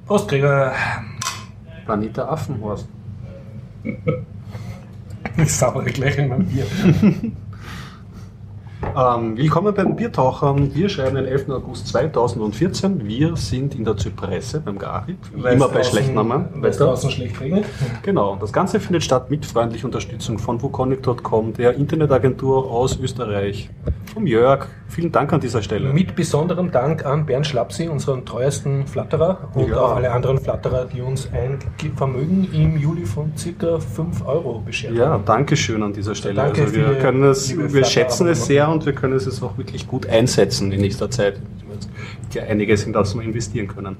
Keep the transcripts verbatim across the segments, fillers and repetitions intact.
Prost, Gregor. Planet Affenhorst. Ich saure gleich in mein Bier. Ähm, willkommen bei den Biertauchern. Wir schreiben den elften August zweitausendvierzehn. Wir sind in der Zypresse beim Garib. Immer bei schlechten Weil es draußen schlecht regnet. Genau. Das Ganze findet statt mit freundlicher Unterstützung von wukonic punkt com, der Internetagentur aus Österreich. Vom Jörg. Vielen Dank an dieser Stelle. Mit besonderem Dank an Bernd Schlapsi, unseren treuesten Flatterer, und Ja. auch alle anderen Flatterer, die uns ein Vermögen im Juli von ca. fünf Euro beschert Ja, haben. danke schön an dieser Stelle. Danke, also wir viele können es, liebe wir schätzen es Flatterer. sehr und wir können es jetzt auch wirklich gut einsetzen in nächster Zeit. Ja, einiges in das wir investieren können.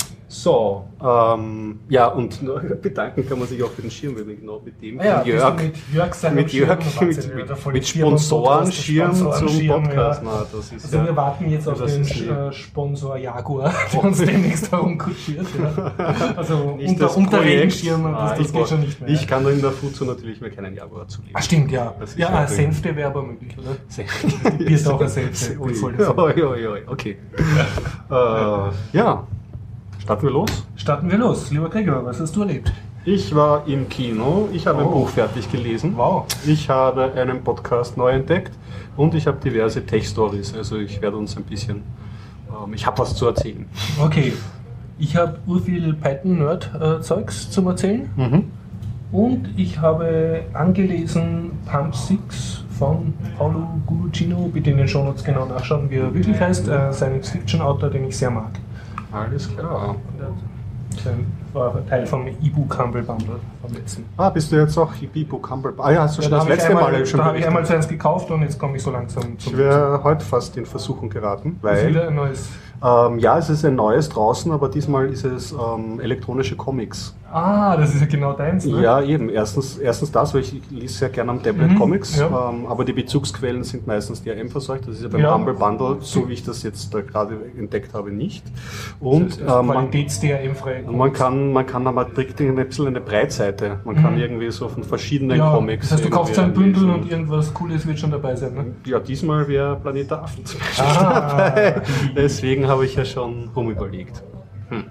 So, ähm, ja, und bedanken kann man sich auch für den Schirm, weil wir genau mit dem Ah ja, von Jörg, bist du mit Jörg seinem mit, Schirm, Jörg Wahnsinn, mit, ja, mit, da voll mit Schirm und Sponsorenschirm Podcast, zum Sponsorenschirm, Podcast. ja. Na, das ist Also ja, wir warten jetzt auf das den ist äh, Sponsor Jaguar, der uns demnächst herumkutschiert. Ja. Also nicht unter, das unter Projekt. Regenschirm, Ah, das, das ich geht brauch- schon nicht mehr. Ich kann in der Fuzu natürlich mir keinen Jaguar zulegen. Ah, stimmt, ja. Das ist Ja, ja Senfte wäre aber möglich, oder? Sehr- Die Biertaucher-Senfte. Ui, Voll dafür. ui, ui, ui, okay. äh, ja, starten wir los. Starten wir los. Lieber Gregor, was hast du erlebt? Ich war im Kino, ich habe ein Oh. Buch fertig gelesen, Wow. ich habe einen Podcast neu entdeckt und ich habe diverse Tech-Stories. Also ich werde uns ein bisschen, ähm, ich habe was zu erzählen. Okay. Ich habe urviel Python-Nerd-Zeugs zum Erzählen. Mhm. Und ich habe angelesen Pump six von Paulo Gulucino. Bitte in den Shownotes genau nachschauen, wie er wirklich heißt. Äh, Science-Fiction-Autor, den ich sehr mag. Alles klar. Sein war Teil vom E-Book Humble Bundle vom letzten. Ah, bist du jetzt auch E-Book Humble? Ah ja, hast du Ja, schon da das habe ich, letzte einmal, Mal schon da habe ich berichtet. einmal so eins gekauft und jetzt komme ich so langsam zum Ich wäre heute fast in Versuchung geraten, Ist weil wieder ein neues. ähm, ja, es ist ein neues draußen, aber diesmal ist es ähm, elektronische Comics. Ah, das ist ja genau deins, ne? Ja, eben. Erstens, erstens das, weil ich lese sehr gerne am Tablet Mhm, Comics, ja. ähm, aber die Bezugsquellen sind meistens D R M verseucht. Das ist ja beim Ja. Humble Bundle, so wie ich das jetzt da gerade entdeckt habe, nicht. Und ähm, man, Qualitäts-D R M-frei. man kann, man kann, man kriegt ein bisschen eine Breitseite. Man kann Mhm. irgendwie so von verschiedenen Ja, Comics. das heißt, du kaufst irgendwie ein Bündel lesen. und irgendwas Cooles wird schon dabei sein, ne? Ja, diesmal wäre Planet der Affen zum Beispiel Ah. dabei. Deswegen habe ich ja schon rumüberlegt. Hm.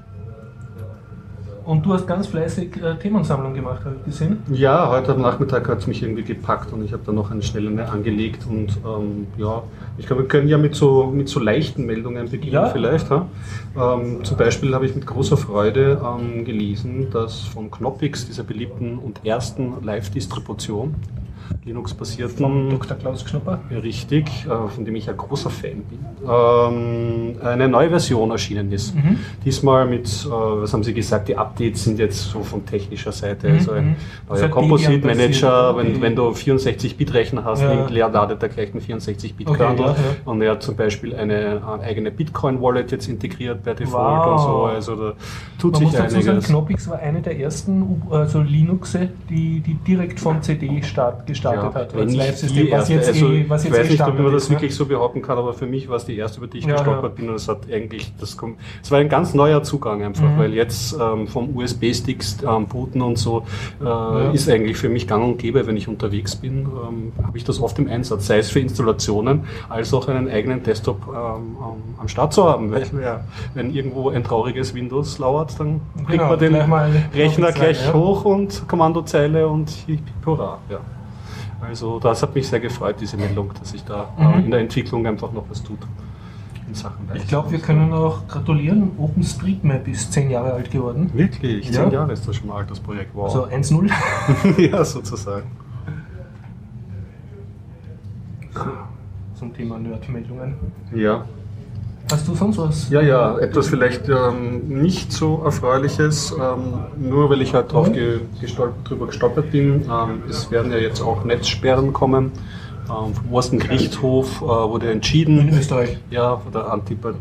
Und du hast ganz fleißig äh, Themensammlung gemacht, habe ich gesehen. Ja, heute am Nachmittag hat es mich irgendwie gepackt und ich habe dann noch eine schnelle eine angelegt und ähm, ja, ich glaube, wir können ja mit so, mit so leichten Meldungen beginnen Ja. vielleicht. Ja? Ähm, zum Beispiel habe ich mit großer Freude ähm, gelesen, dass von Knoppix, dieser beliebten und ersten Live-Distribution, Linux-basierten, Doktor Klaus Knopper. richtig, äh, von dem ich ein großer Fan bin, ähm, eine neue Version erschienen ist. Mhm. Diesmal mit, äh, was haben Sie gesagt, die Updates sind jetzt so von technischer Seite, Mhm, also ein mhm. neuer Also Composite Debian Manager, basiert, wenn, wenn du vierundsechzig Bit Rechner hast, Ja. ja. ladet er gleich einen vierundsechzig Bit Okay, Kernel ja, ja. und er hat zum Beispiel eine, eine eigene Bitcoin Wallet jetzt integriert bei Default Wow. und so, also da tut Man muss sich dazu sagen, einiges. Knoppix war eine der ersten U- also Linuxe, die, die direkt vom C D start, gestartet hat. wenn als nicht Live-System, die was erste, jetzt also, eh, was ich jetzt weiß eh nicht, ob man Standard das ist, ne? wirklich so behaupten kann, aber für mich war es die erste, über die ich Ja, gestolpert ja. bin und es hat eigentlich, das kommt, es war ein ganz neuer Zugang einfach, Mhm. weil jetzt ähm, vom U S B-Sticks ähm, booten und so äh, ist eigentlich für mich gang und gäbe, wenn ich unterwegs bin, ähm, habe ich das oft im Einsatz, sei es für Installationen, als auch einen eigenen Desktop ähm, ähm, am Start zu haben, weil ja, wenn irgendwo ein trauriges Windows lauert, dann kriegt Genau, man den gleich mal Rechner Knoppix gleich rein, ja. hoch und Kommandozeile und hip, hip, hurra, ja. Also das hat mich sehr gefreut, diese Meldung, dass sich da äh, Mhm. in der Entwicklung einfach noch was tut in Sachen Ich glaube, wir können auch gratulieren. OpenStreetMap ist zehn Jahre alt geworden. Wirklich, Ja. zehn Jahre ist das schon mal alt, das Projekt. Wow. Also eins null. ja, sozusagen. Zum Thema Nerd-Meldungen. Ja. Hast du sonst was? Ja, ja, etwas vielleicht ähm, nicht so Erfreuliches, ähm, nur weil ich halt drauf ge gestolpert, drüber gestolpert bin. Ähm, es werden ja jetzt auch Netzsperren kommen. Ähm, vom obersten Gerichtshof äh, wurde entschieden, In Österreich. ja, der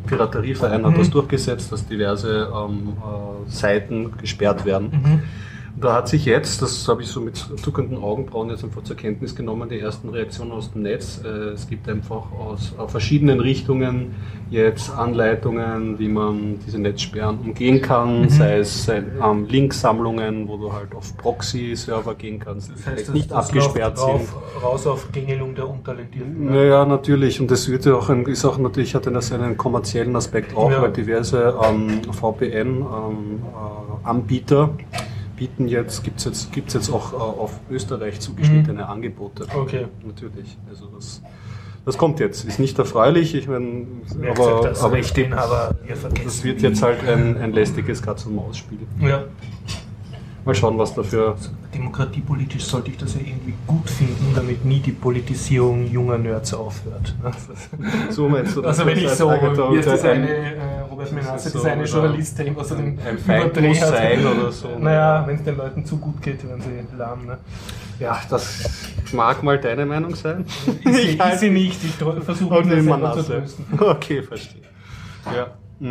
Anti-Piraterieverein hat Mhm. das durchgesetzt, dass diverse ähm, äh, Seiten gesperrt werden. Mhm. Da hat sich jetzt, das habe ich so mit zuckenden Augenbrauen jetzt einfach zur Kenntnis genommen, die ersten Reaktionen aus dem Netz. Es gibt einfach aus verschiedenen Richtungen jetzt Anleitungen, wie man diese Netzsperren umgehen kann, mhm. sei es ähm, Linksammlungen, wo du halt auf Proxy-Server gehen kannst, die das heißt, vielleicht nicht das abgesperrt drauf, sind. Raus auf Gängelung der Untalentierten. Ne? Naja, natürlich. Und das wird ja auch, ein, ist auch natürlich, hat das einen kommerziellen Aspekt auch, ja. weil diverse ähm, V P N-Anbieter ähm, äh, bieten jetzt, gibt es jetzt, gibt's jetzt auch äh, auf Österreich zugeschnittene mhm. Angebote. Okay. Natürlich. Also das, das kommt jetzt. Ist nicht erfreulich, ich meine, aber, gesagt, das, aber Rechteinhaber, das wird jetzt halt ein, ein lästiges Katz-und-Maus-Spiel. Ja. Mal schauen, was dafür... Also demokratiepolitisch sollte ich das ja irgendwie gut finden, damit nie die Politisierung junger Nerds aufhört. So meinst du das? Also wenn ich so, wie ist das ein, eine, äh, Robert Menasse, so, das eine Journalist, der irgendwas so den ein Feind muss sein oder so. Naja, wenn es den Leuten zu gut geht, werden sie lahm. Ne? Ja, das mag mal deine Meinung sein. Ist sie, ist sie nicht, ich versuche mich selber zu trösten. Okay, verstehe. Ja.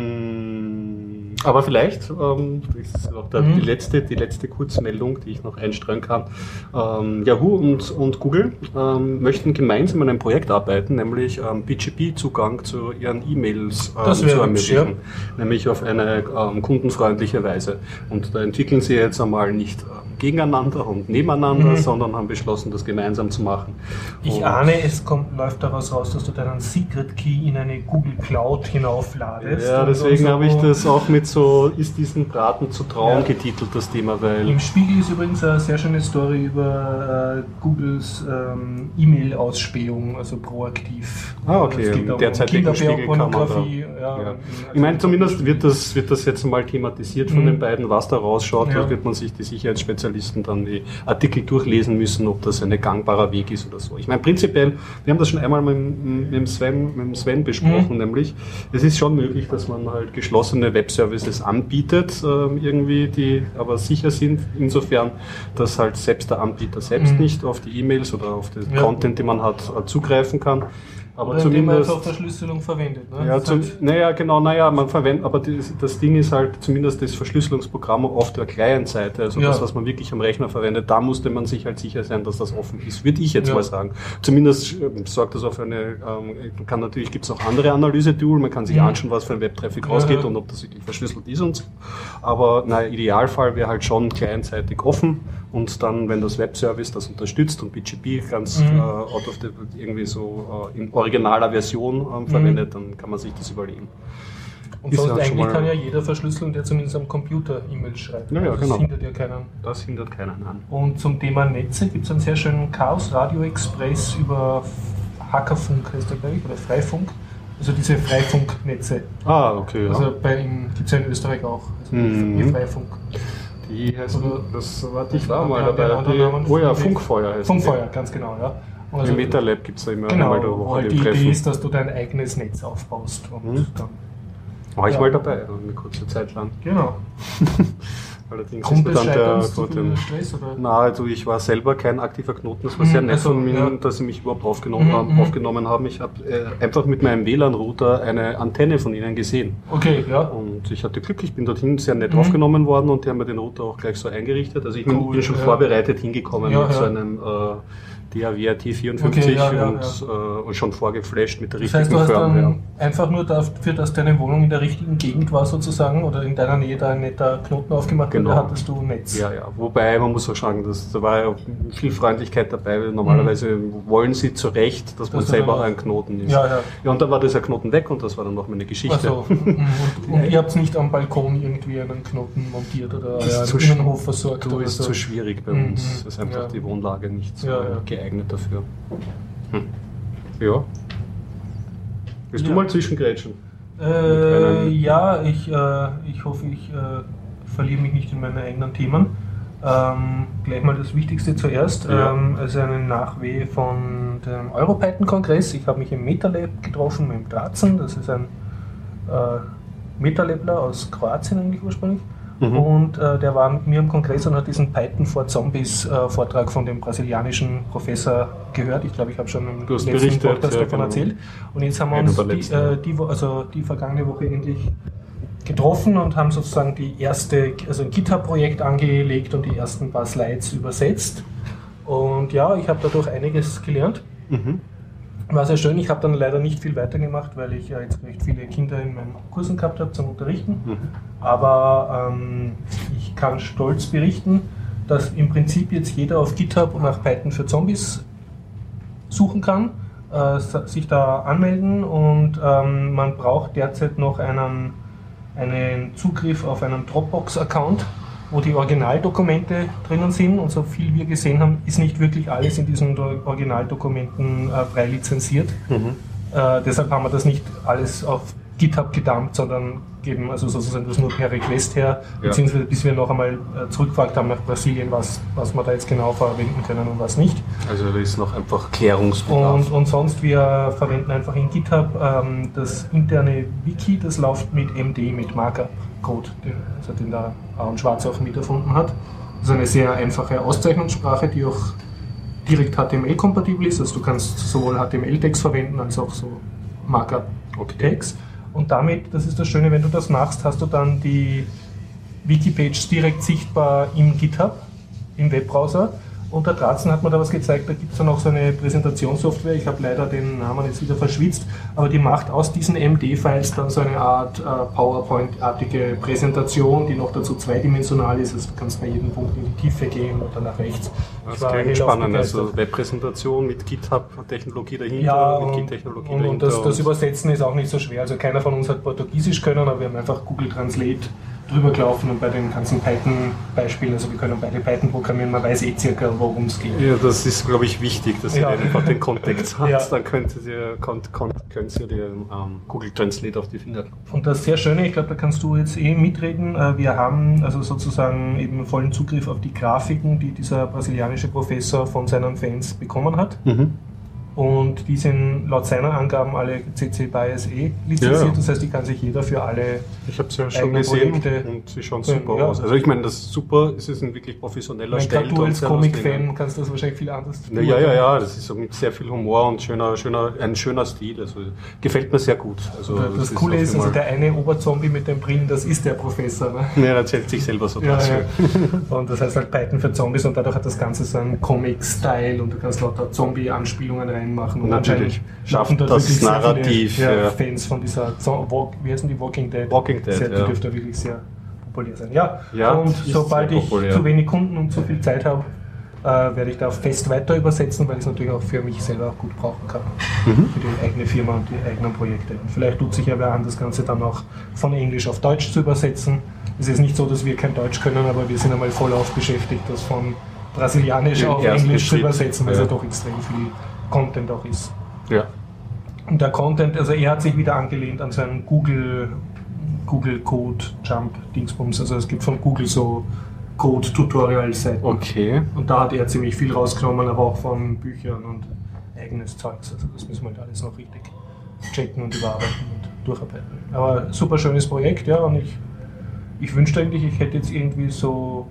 Aber vielleicht, ähm, das ist auch der, mhm. die, letzte, die letzte Kurzmeldung, die ich noch einstreuen kann. Ähm, Yahoo und, und Google ähm, möchten gemeinsam an einem Projekt arbeiten, nämlich ähm, P G P-Zugang zu ihren E-Mails ähm, zu ermöglichen, ja. nämlich auf eine ähm, kundenfreundliche Weise. Und da entwickeln sie jetzt einmal nicht ähm, gegeneinander und nebeneinander, mhm. sondern haben beschlossen, das gemeinsam zu machen. Ich und ahne, es kommt, läuft daraus raus, dass du deinen Secret Key in eine Google Cloud hinaufladest. Ja, deswegen so habe ich das auch mit so, ist diesen Braten zu trauen, ja. getitelt, das Thema, weil... Im Spiegel ist übrigens eine sehr schöne Story über äh, Googles ähm, E-Mail-Ausspähung, also proaktiv. Ah, okay, derzeit um Kinderpornografie. Ja, ja. Ich meine, zumindest wird das, wird das jetzt mal thematisiert von mhm. den beiden, was da rausschaut, ja. da wird man sich die Sicherheitsspezialisten dann die Artikel durchlesen müssen, ob das ein gangbarer Weg ist oder so. Ich meine, prinzipiell, wir haben das schon einmal mit, mit, dem, Sven, mit dem Sven besprochen, mhm. nämlich, es ist schon möglich, dass man halt geschlossene Webservices anbietet, äh, irgendwie, die aber sicher sind, insofern, dass halt selbst der Anbieter selbst mhm. nicht auf die E-Mails oder auf den ja. Content, den man hat, zugreifen kann. Aber oder zumindest man einfach Verschlüsselung verwendet. Ne? Ja, zum, halt naja, genau, naja, man verwendet, aber das, das Ding ist halt, zumindest das Verschlüsselungsprogramm auf der Client-Seite, also ja. das, was man wirklich am Rechner verwendet, da musste man sich halt sicher sein, dass das offen ist, würde ich jetzt ja. mal sagen. Zumindest äh, sorgt das auf eine, ähm, kann natürlich, gibt es auch andere Analyse-Tool, man kann sich mhm. anschauen, was für ein Web-Traffic ja, rausgeht ja. und ob das wirklich verschlüsselt ist und so. Aber naja, Idealfall wäre halt schon clientseitig offen und dann, wenn das Webservice das unterstützt und P G P ganz mhm. äh, out of the, irgendwie so äh, in originaler Version ähm, verwendet, mhm. dann kann man sich das überlegen. Und sonst eigentlich kann ja jeder verschlüsseln, der zumindest am Computer E-Mails schreibt. Ja, ja, das genau. hindert ja keinen. Das hindert keinen an. Und zum Thema Netze gibt es einen sehr schönen Chaos Radio Express über Hackerfunk, heißt der glaube ich, oder Freifunk. Also diese Freifunknetze. Ah, okay. Ja. Also bei gibt es ja in Österreich auch. Also mhm. die Freifunk. Die heißen, das warte ich war mal dabei. Die, oh ja, Funkfeuer heißt Funkfeuer, die. Ganz genau, ja. Also, Im MetaLab gibt es da immer genau, einmal der Woche den Treffen. Die Idee ist, dass du dein eigenes Netz aufbaust. Und hm. dann, war ich ja. mal dabei, eine kurze Zeit lang. Genau. Allerdings Kommt ist mir dann der Gott, Stress, oder? Na, also ich war selber kein aktiver Knoten. Das war sehr nett also, von mir, ja. dass sie mich überhaupt aufgenommen, mhm, haben, aufgenommen haben. Ich habe äh, einfach mit meinem W L A N-Router eine Antenne von ihnen gesehen. Okay, ja. Und ich hatte Glück, ich bin dorthin sehr nett mhm. aufgenommen worden und die haben mir den Router auch gleich so eingerichtet. Also ich bin, cool, bin schon ja. vorbereitet hingekommen ja, mit ja. so einem äh, D A W R T vierundfünfzig okay, ja, ja, und, ja. Äh, und schon vorgeflasht mit der das richtigen heißt, du hast Firmware. Dann einfach nur dafür, dass deine Wohnung in der richtigen Gegend war sozusagen oder in deiner Nähe da ein netter Knoten aufgemacht genau. und da hattest du Netz. Ja, ja. Wobei, man muss auch sagen, dass, da war ja viel Freundlichkeit dabei. Normalerweise mhm. wollen sie zu Recht, dass man das selber auch ein Knoten ist. Ja, ja. ja, und dann war dieser Knoten weg und das war dann noch meine Geschichte. Ach so. und, und ihr habt nicht am Balkon irgendwie einen Knoten montiert oder einen Innenhof versorgt? Das ist so. zu schwierig bei uns. Mhm. Das ist einfach ja. die Wohnlage nicht so ja, ja. geeignet dafür. Hm. Ja. Willst ja. du mal zwischengrätschen? Äh, ja, ich, äh, ich hoffe, ich äh, verliere mich nicht in meine eigenen Themen. Ähm, gleich mal das Wichtigste zuerst, ja. ähm, also eine Nachweh von dem Europython-Kongress. Ich habe mich im MetaLab getroffen mit dem Drazen, das ist ein äh, MetaLabler aus Kroatien eigentlich ursprünglich. Mhm. Und äh, der war mit mir im Kongress und hat diesen Python for Zombies äh, Vortrag von dem brasilianischen Professor gehört. Ich glaube, ich habe schon im letzten Podcast ja, davon genau. erzählt. Und jetzt haben wir uns die, äh, die, also die vergangene Woche endlich getroffen und haben sozusagen die erste, also ein GitHub-Projekt angelegt und die ersten paar Slides übersetzt. Und ja, ich habe dadurch einiges gelernt. Mhm. War sehr schön. Ich habe dann leider nicht viel weitergemacht, weil ich ja jetzt recht viele Kinder in meinen Kursen gehabt habe zum Unterrichten. Mhm. Aber ähm, ich kann stolz berichten, dass im Prinzip jetzt jeder auf GitHub nach Python für Zombies suchen kann, äh, sich da anmelden und ähm, man braucht derzeit noch einen, einen Zugriff auf einen Dropbox-Account, wo die Originaldokumente drinnen sind, und so viel wir gesehen haben, ist nicht wirklich alles in diesen Originaldokumenten äh, frei lizenziert. Mhm. Äh, deshalb haben wir das nicht alles auf GitHub gedumpt, sondern geben also sozusagen das nur per Request her, ja. Beziehungsweise bis wir noch einmal äh, zurückgefragt haben nach Brasilien, was, was wir da jetzt genau verwenden können und was nicht. Also da ist noch einfach Klärungsbedarf. Und, und sonst, wir verwenden einfach in GitHub ähm, das interne Wiki, das läuft mit M D, mit Markup-Code, den, also den da Aaron Schwarz auch mit erfunden hat. Das ist eine sehr einfache Auszeichnungssprache, die auch direkt H T M L-kompatibel ist, also du kannst sowohl H T M L-Text verwenden als auch so Markup-Text. Okay. Und damit, das ist das Schöne, wenn du das machst, hast du dann die Wikipage direkt sichtbar im GitHub, im Webbrowser. Und der Dratzen hat mir da was gezeigt, da gibt es dann auch so eine Präsentationssoftware, ich habe leider den Namen jetzt wieder verschwitzt, aber die macht aus diesen M D-Files dann so eine Art äh, PowerPoint-artige Präsentation, die noch dazu zweidimensional ist, also du kannst bei jedem Punkt in die Tiefe gehen oder nach rechts. Das klingt spannend, also Webpräsentation mit GitHub-Technologie dahinter, ja, mit Git-Technologie dahinter. Und das, das Übersetzen ist auch nicht so schwer, also keiner von uns hat Portugiesisch können, aber wir haben einfach Google Translate drüber gelaufen und bei den ganzen Python-Beispielen, also wir können beide Python programmieren, man weiß eh circa, worum es geht. Ja, das ist, glaube ich, wichtig, dass ihr ja. einfach den Kontext habt, ja. dann könnt ihr, könnt, könnt, könnt ihr den ähm, Google Translate auf die Finger klopfen. Und das sehr Schöne, ich glaube, da kannst du jetzt eh mitreden, wir haben also sozusagen eben vollen Zugriff auf die Grafiken, die dieser brasilianische Professor von seinen Fans bekommen hat. Mhm. Und die sind laut seiner Angaben alle C C B Y S E lizenziert, ja. Das heißt, die kann sich jeder für alle Ich habe es ja schon gesehen Projekte und sie schauen super ja. aus. Also ich meine, das ist super, es ist ein wirklich professioneller Stil. Du als Comic-Fan kannst das wahrscheinlich viel anders tun. Ja, ja, ja, das ist so mit sehr viel Humor und schöner, schöner, ein schöner Stil. Also gefällt mir sehr gut. Also, das, das Coole ist, also der eine Oberzombie mit den Brillen, das ist der Professor. Ne? Ja, er erzählt sich selber so ja, ja. Und das heißt halt Python für Zombies und dadurch hat das Ganze so einen Comic-Style und du kannst lauter Zombie-Anspielungen reinmachen. Und natürlich schaffen das, das Narrativ. Viele, ja, ja. Fans von dieser, Walk, wie heißen die, Walking Dead? Walking Dead, sehr, die ja. dürfte wirklich sehr populär sein. Ja, ja und sobald ich populär. zu wenig Kunden und zu viel Zeit habe, äh, werde ich da fest weiter übersetzen, weil ich es natürlich auch für mich selber auch gut brauchen kann. Mhm. Für die eigene Firma und die eigenen Projekte. Und vielleicht tut sich ja wer an, das Ganze dann auch von Englisch auf Deutsch zu übersetzen. Es ist nicht so, dass wir kein Deutsch können, aber wir sind einmal voll auf beschäftigt, das von Brasilianisch auf Englisch zu übersetzen, weil es ja doch extrem viel Content auch ist. Ja. Und der Content, also er hat sich wieder angelehnt an seinen Google, Google Code Jump Dingsbums. Also es gibt von Google so Code-Tutorial-Seiten. Okay. Und da hat er ziemlich viel rausgenommen, aber auch von Büchern und eigenes Zeugs. Also das müssen wir halt alles noch richtig checken und überarbeiten und durcharbeiten. Aber super schönes Projekt, ja. Und ich, ich wünschte eigentlich, ich hätte jetzt irgendwie so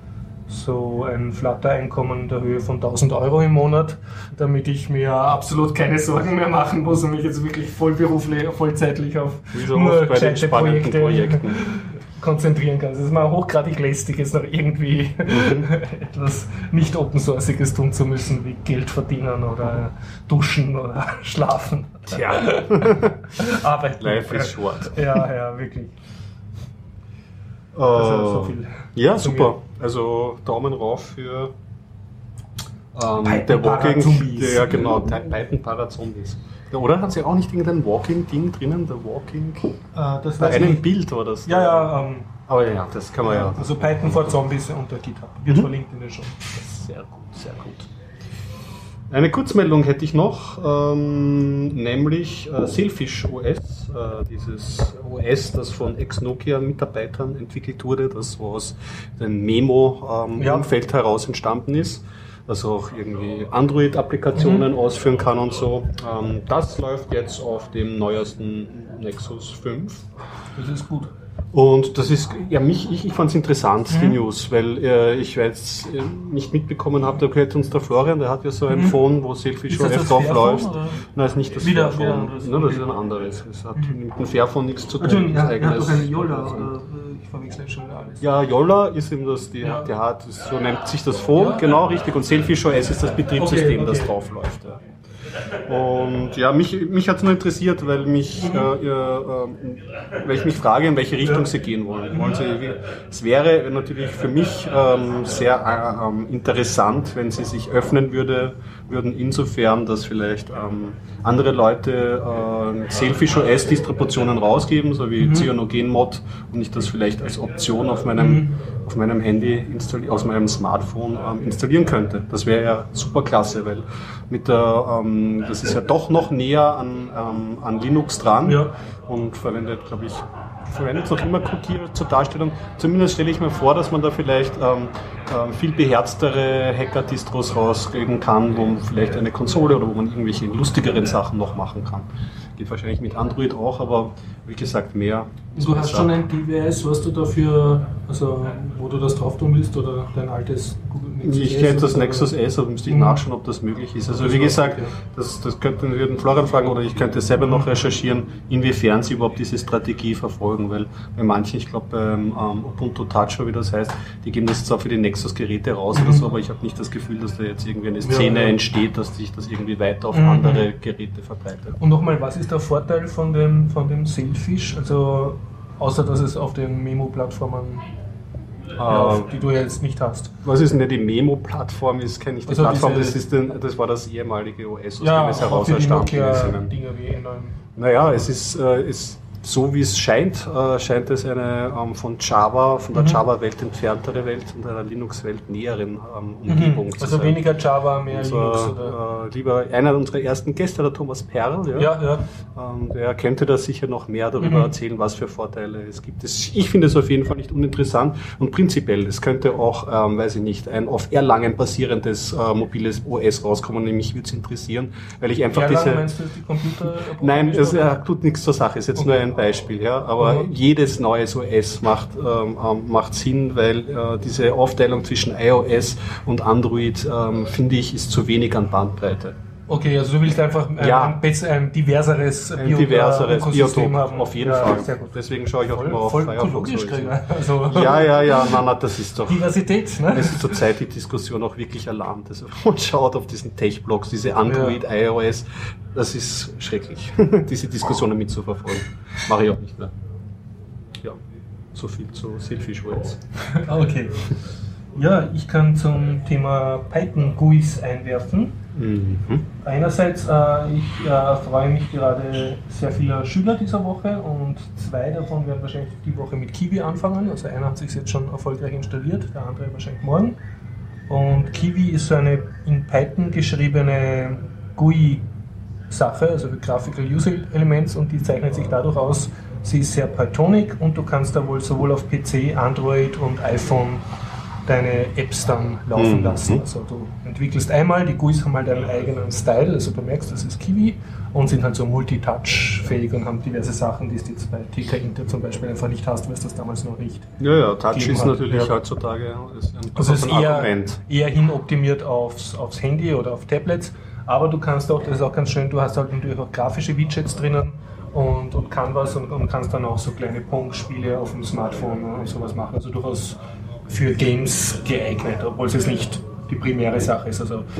so ein Flutter-Einkommen der Höhe von tausend Euro im Monat, damit ich mir absolut keine Sorgen mehr machen muss und mich jetzt wirklich vollberuflich, vollzeitlich auf so nur gescheite Projekte Projekten konzentrieren kann. Es ist mal hochgradig lästig, jetzt noch irgendwie mhm. etwas nicht Open-Sourciges tun zu müssen, wie Geld verdienen oder duschen oder schlafen. Tja, arbeiten. Life is short. Ja, ja, wirklich. Also so viel ja, super. Also Daumen rauf für ähm, der Walking, der, ja genau, Python Parazombies. Oder hat sie auch nicht irgendein Walking-Ding drinnen? Der Walking. Äh, das bei einem nicht. Bild war das. Ja, ja. Ähm, aber ja, das kann man ja. Also Python for Zombies unter GitHub. Wird mhm. verlinkt in der Show. Sehr gut, sehr gut. Eine Kurzmeldung hätte ich noch, ähm, nämlich äh, Sailfish O S, äh, dieses O S, das von Ex-Nokia-Mitarbeitern entwickelt wurde, das aus dem Memo-Umfeld ähm, ja. heraus entstanden ist, das auch irgendwie Android-Applikationen mhm. ausführen kann und so. Ähm, das läuft jetzt auf dem neuesten Nexus fünf. Das ist gut. Und das ist, ja, mich, ich, ich fand es interessant, mhm. die News, weil äh, ich jetzt äh, nicht mitbekommen habe, da gehört uns der Florian, der hat ja so ein mhm. Phone, wo Selfish O S drauf läuft. Nein, ist nicht das wieder, Fairphone. Wieder no, das ist ein anderes. Es hat mhm. mit dem Fairphone nichts zu tun. Natürlich, ja, er hat doch eine Yola, oder ich verwechsel schon wieder alles. Ja, Yola ist eben das, die, ja. die hat, so nennt sich das Phone, ja, genau richtig, und Selfish O S ist das Betriebssystem, okay, okay. das drauf läuft. Ja. Und ja, mich, mich hat es nur interessiert, weil, mich, äh, äh, weil ich mich frage, in welche Richtung sie gehen wollen. wollen sie, es wäre natürlich für mich ähm, sehr äh, interessant, wenn sie sich öffnen würde, würden, insofern, dass vielleicht ähm, andere Leute äh, Selfish O S-Distributionen rausgeben, so wie mhm. CyanogenMod, und ich das vielleicht als Option auf meinem, mhm. auf meinem Handy, aus meinem Smartphone ähm, installieren könnte. Das wäre ja super klasse, weil mit der, ähm, das ist ja doch noch näher an, ähm, an Linux dran, ja. und verwendet, glaube ich, verwendet es noch immer Qt zur Darstellung. Zumindest stelle ich mir vor, dass man da vielleicht ähm, ähm, viel beherztere Hacker-Distros rauskriegen kann, wo man vielleicht eine Konsole oder wo man irgendwelche lustigeren Sachen noch machen kann. Geht wahrscheinlich mit Android auch, aber wie gesagt, mehr. Du hast schon ein D W S, was du dafür, also wo du das drauf tun willst, oder dein altes Google Nexus Ich kenne das Nexus S, aber müsste ich mhm. nachschauen, ob das möglich ist. Also wie gesagt, das, das könnten wir den Florian fragen, oder ich könnte selber noch recherchieren, inwiefern sie überhaupt diese Strategie verfolgen, weil bei manchen, ich glaube beim ähm, Ubuntu Touch, wie das heißt, die geben das zwar für die Nexus-Geräte raus mhm. oder so, aber ich habe nicht das Gefühl, dass da jetzt irgendwie eine Szene ja, ja. entsteht, dass sich das irgendwie weiter auf mhm. andere Geräte verbreitet. Und nochmal, was ist der Vorteil von dem, von dem Selfish? Also außer dass es auf den Memo-Plattformen, äh, die du ja jetzt nicht hast. Was ist denn die Memo-Plattform? Ist kenne ich die also Plattform, das, ist den, das war das ehemalige O S, aus ja, dem es heraus erstanden ist. Dinger wie in einem naja, es ist, äh, ist so wie es scheint, äh, scheint es eine ähm, von Java, von der mhm. Java-Welt entferntere Welt und einer Linux-Welt näheren ähm, Umgebung mhm. zu also sein. Also weniger Java, mehr Unser, Linux? Oder? Äh, lieber einer unserer ersten Gäste, der Thomas Perl, ja, ja, ja. Ähm, der könnte da sicher noch mehr darüber mhm. erzählen, was für Vorteile es gibt. Das, ich finde es auf jeden Fall nicht uninteressant, und prinzipiell, es könnte auch, ähm, weiß ich nicht, ein auf Erlangen basierendes äh, mobiles O S rauskommen, und mich würde es interessieren, weil ich einfach Erlangen, diese... meinst du die Computer? Nein, es äh, tut nichts zur Sache, ist jetzt okay. nur ein Beispiel, ja, aber mhm. jedes neues O S macht, ähm, macht Sinn, weil äh, diese Aufteilung zwischen iOS und Android, ähm, finde ich, ist zu wenig an Bandbreite. Okay, also du willst einfach ein, ja. ein, besser, ein diverseres, ein diverseres Biotop haben. Auf jeden ja, Fall. Deswegen schaue ich auch voll, immer auf voll Firefox. Also ja, ja, ja, nein, nein, das ist doch... Diversität, ne? Es ist zurzeit die Diskussion auch wirklich erlahmt. Also man schaut auf diesen Tech-Blogs, diese Android, ja. iOS, das ist schrecklich, diese Diskussionen mitzuverfolgen. Mache ich auch nicht mehr. Ja, so viel zu Selfish O S. Okay. Ja, ich kann zum Thema Python-G U Is einwerfen. Mhm. Einerseits, äh, ich äh, freue mich gerade sehr viele Schüler dieser Woche, und zwei davon werden wahrscheinlich die Woche mit Kiwi anfangen. Also einer hat sich jetzt schon erfolgreich installiert, der andere wahrscheinlich morgen. Und Kiwi ist so eine in Python geschriebene G U I-Sache, also Graphical User Elements, und die zeichnet sich dadurch aus, sie ist sehr Pythonic, und du kannst da wohl sowohl auf P C, Android und iPhone deine Apps dann laufen mhm. lassen. Also du entwickelst einmal, die G U Is haben halt einen eigenen Style, also du merkst, das ist Kiwi, und sind halt so multitouch-fähig und haben diverse Sachen, die du jetzt bei T K Inter zum Beispiel einfach nicht hast, weil es das damals noch nicht Ja, ja, Touch ist hat. natürlich ja. heutzutage ist ein, also ist ein eher, Argument. eher hinoptimiert aufs, aufs Handy oder auf Tablets, aber du kannst auch, das ist auch ganz schön, du hast halt natürlich auch grafische Widgets drinnen, und, und Canvas, und, und kannst dann auch so kleine Pong-Spiele auf dem Smartphone und sowas machen, also durchaus für Games geeignet, obwohl es jetzt nicht die primäre Sache ist. Also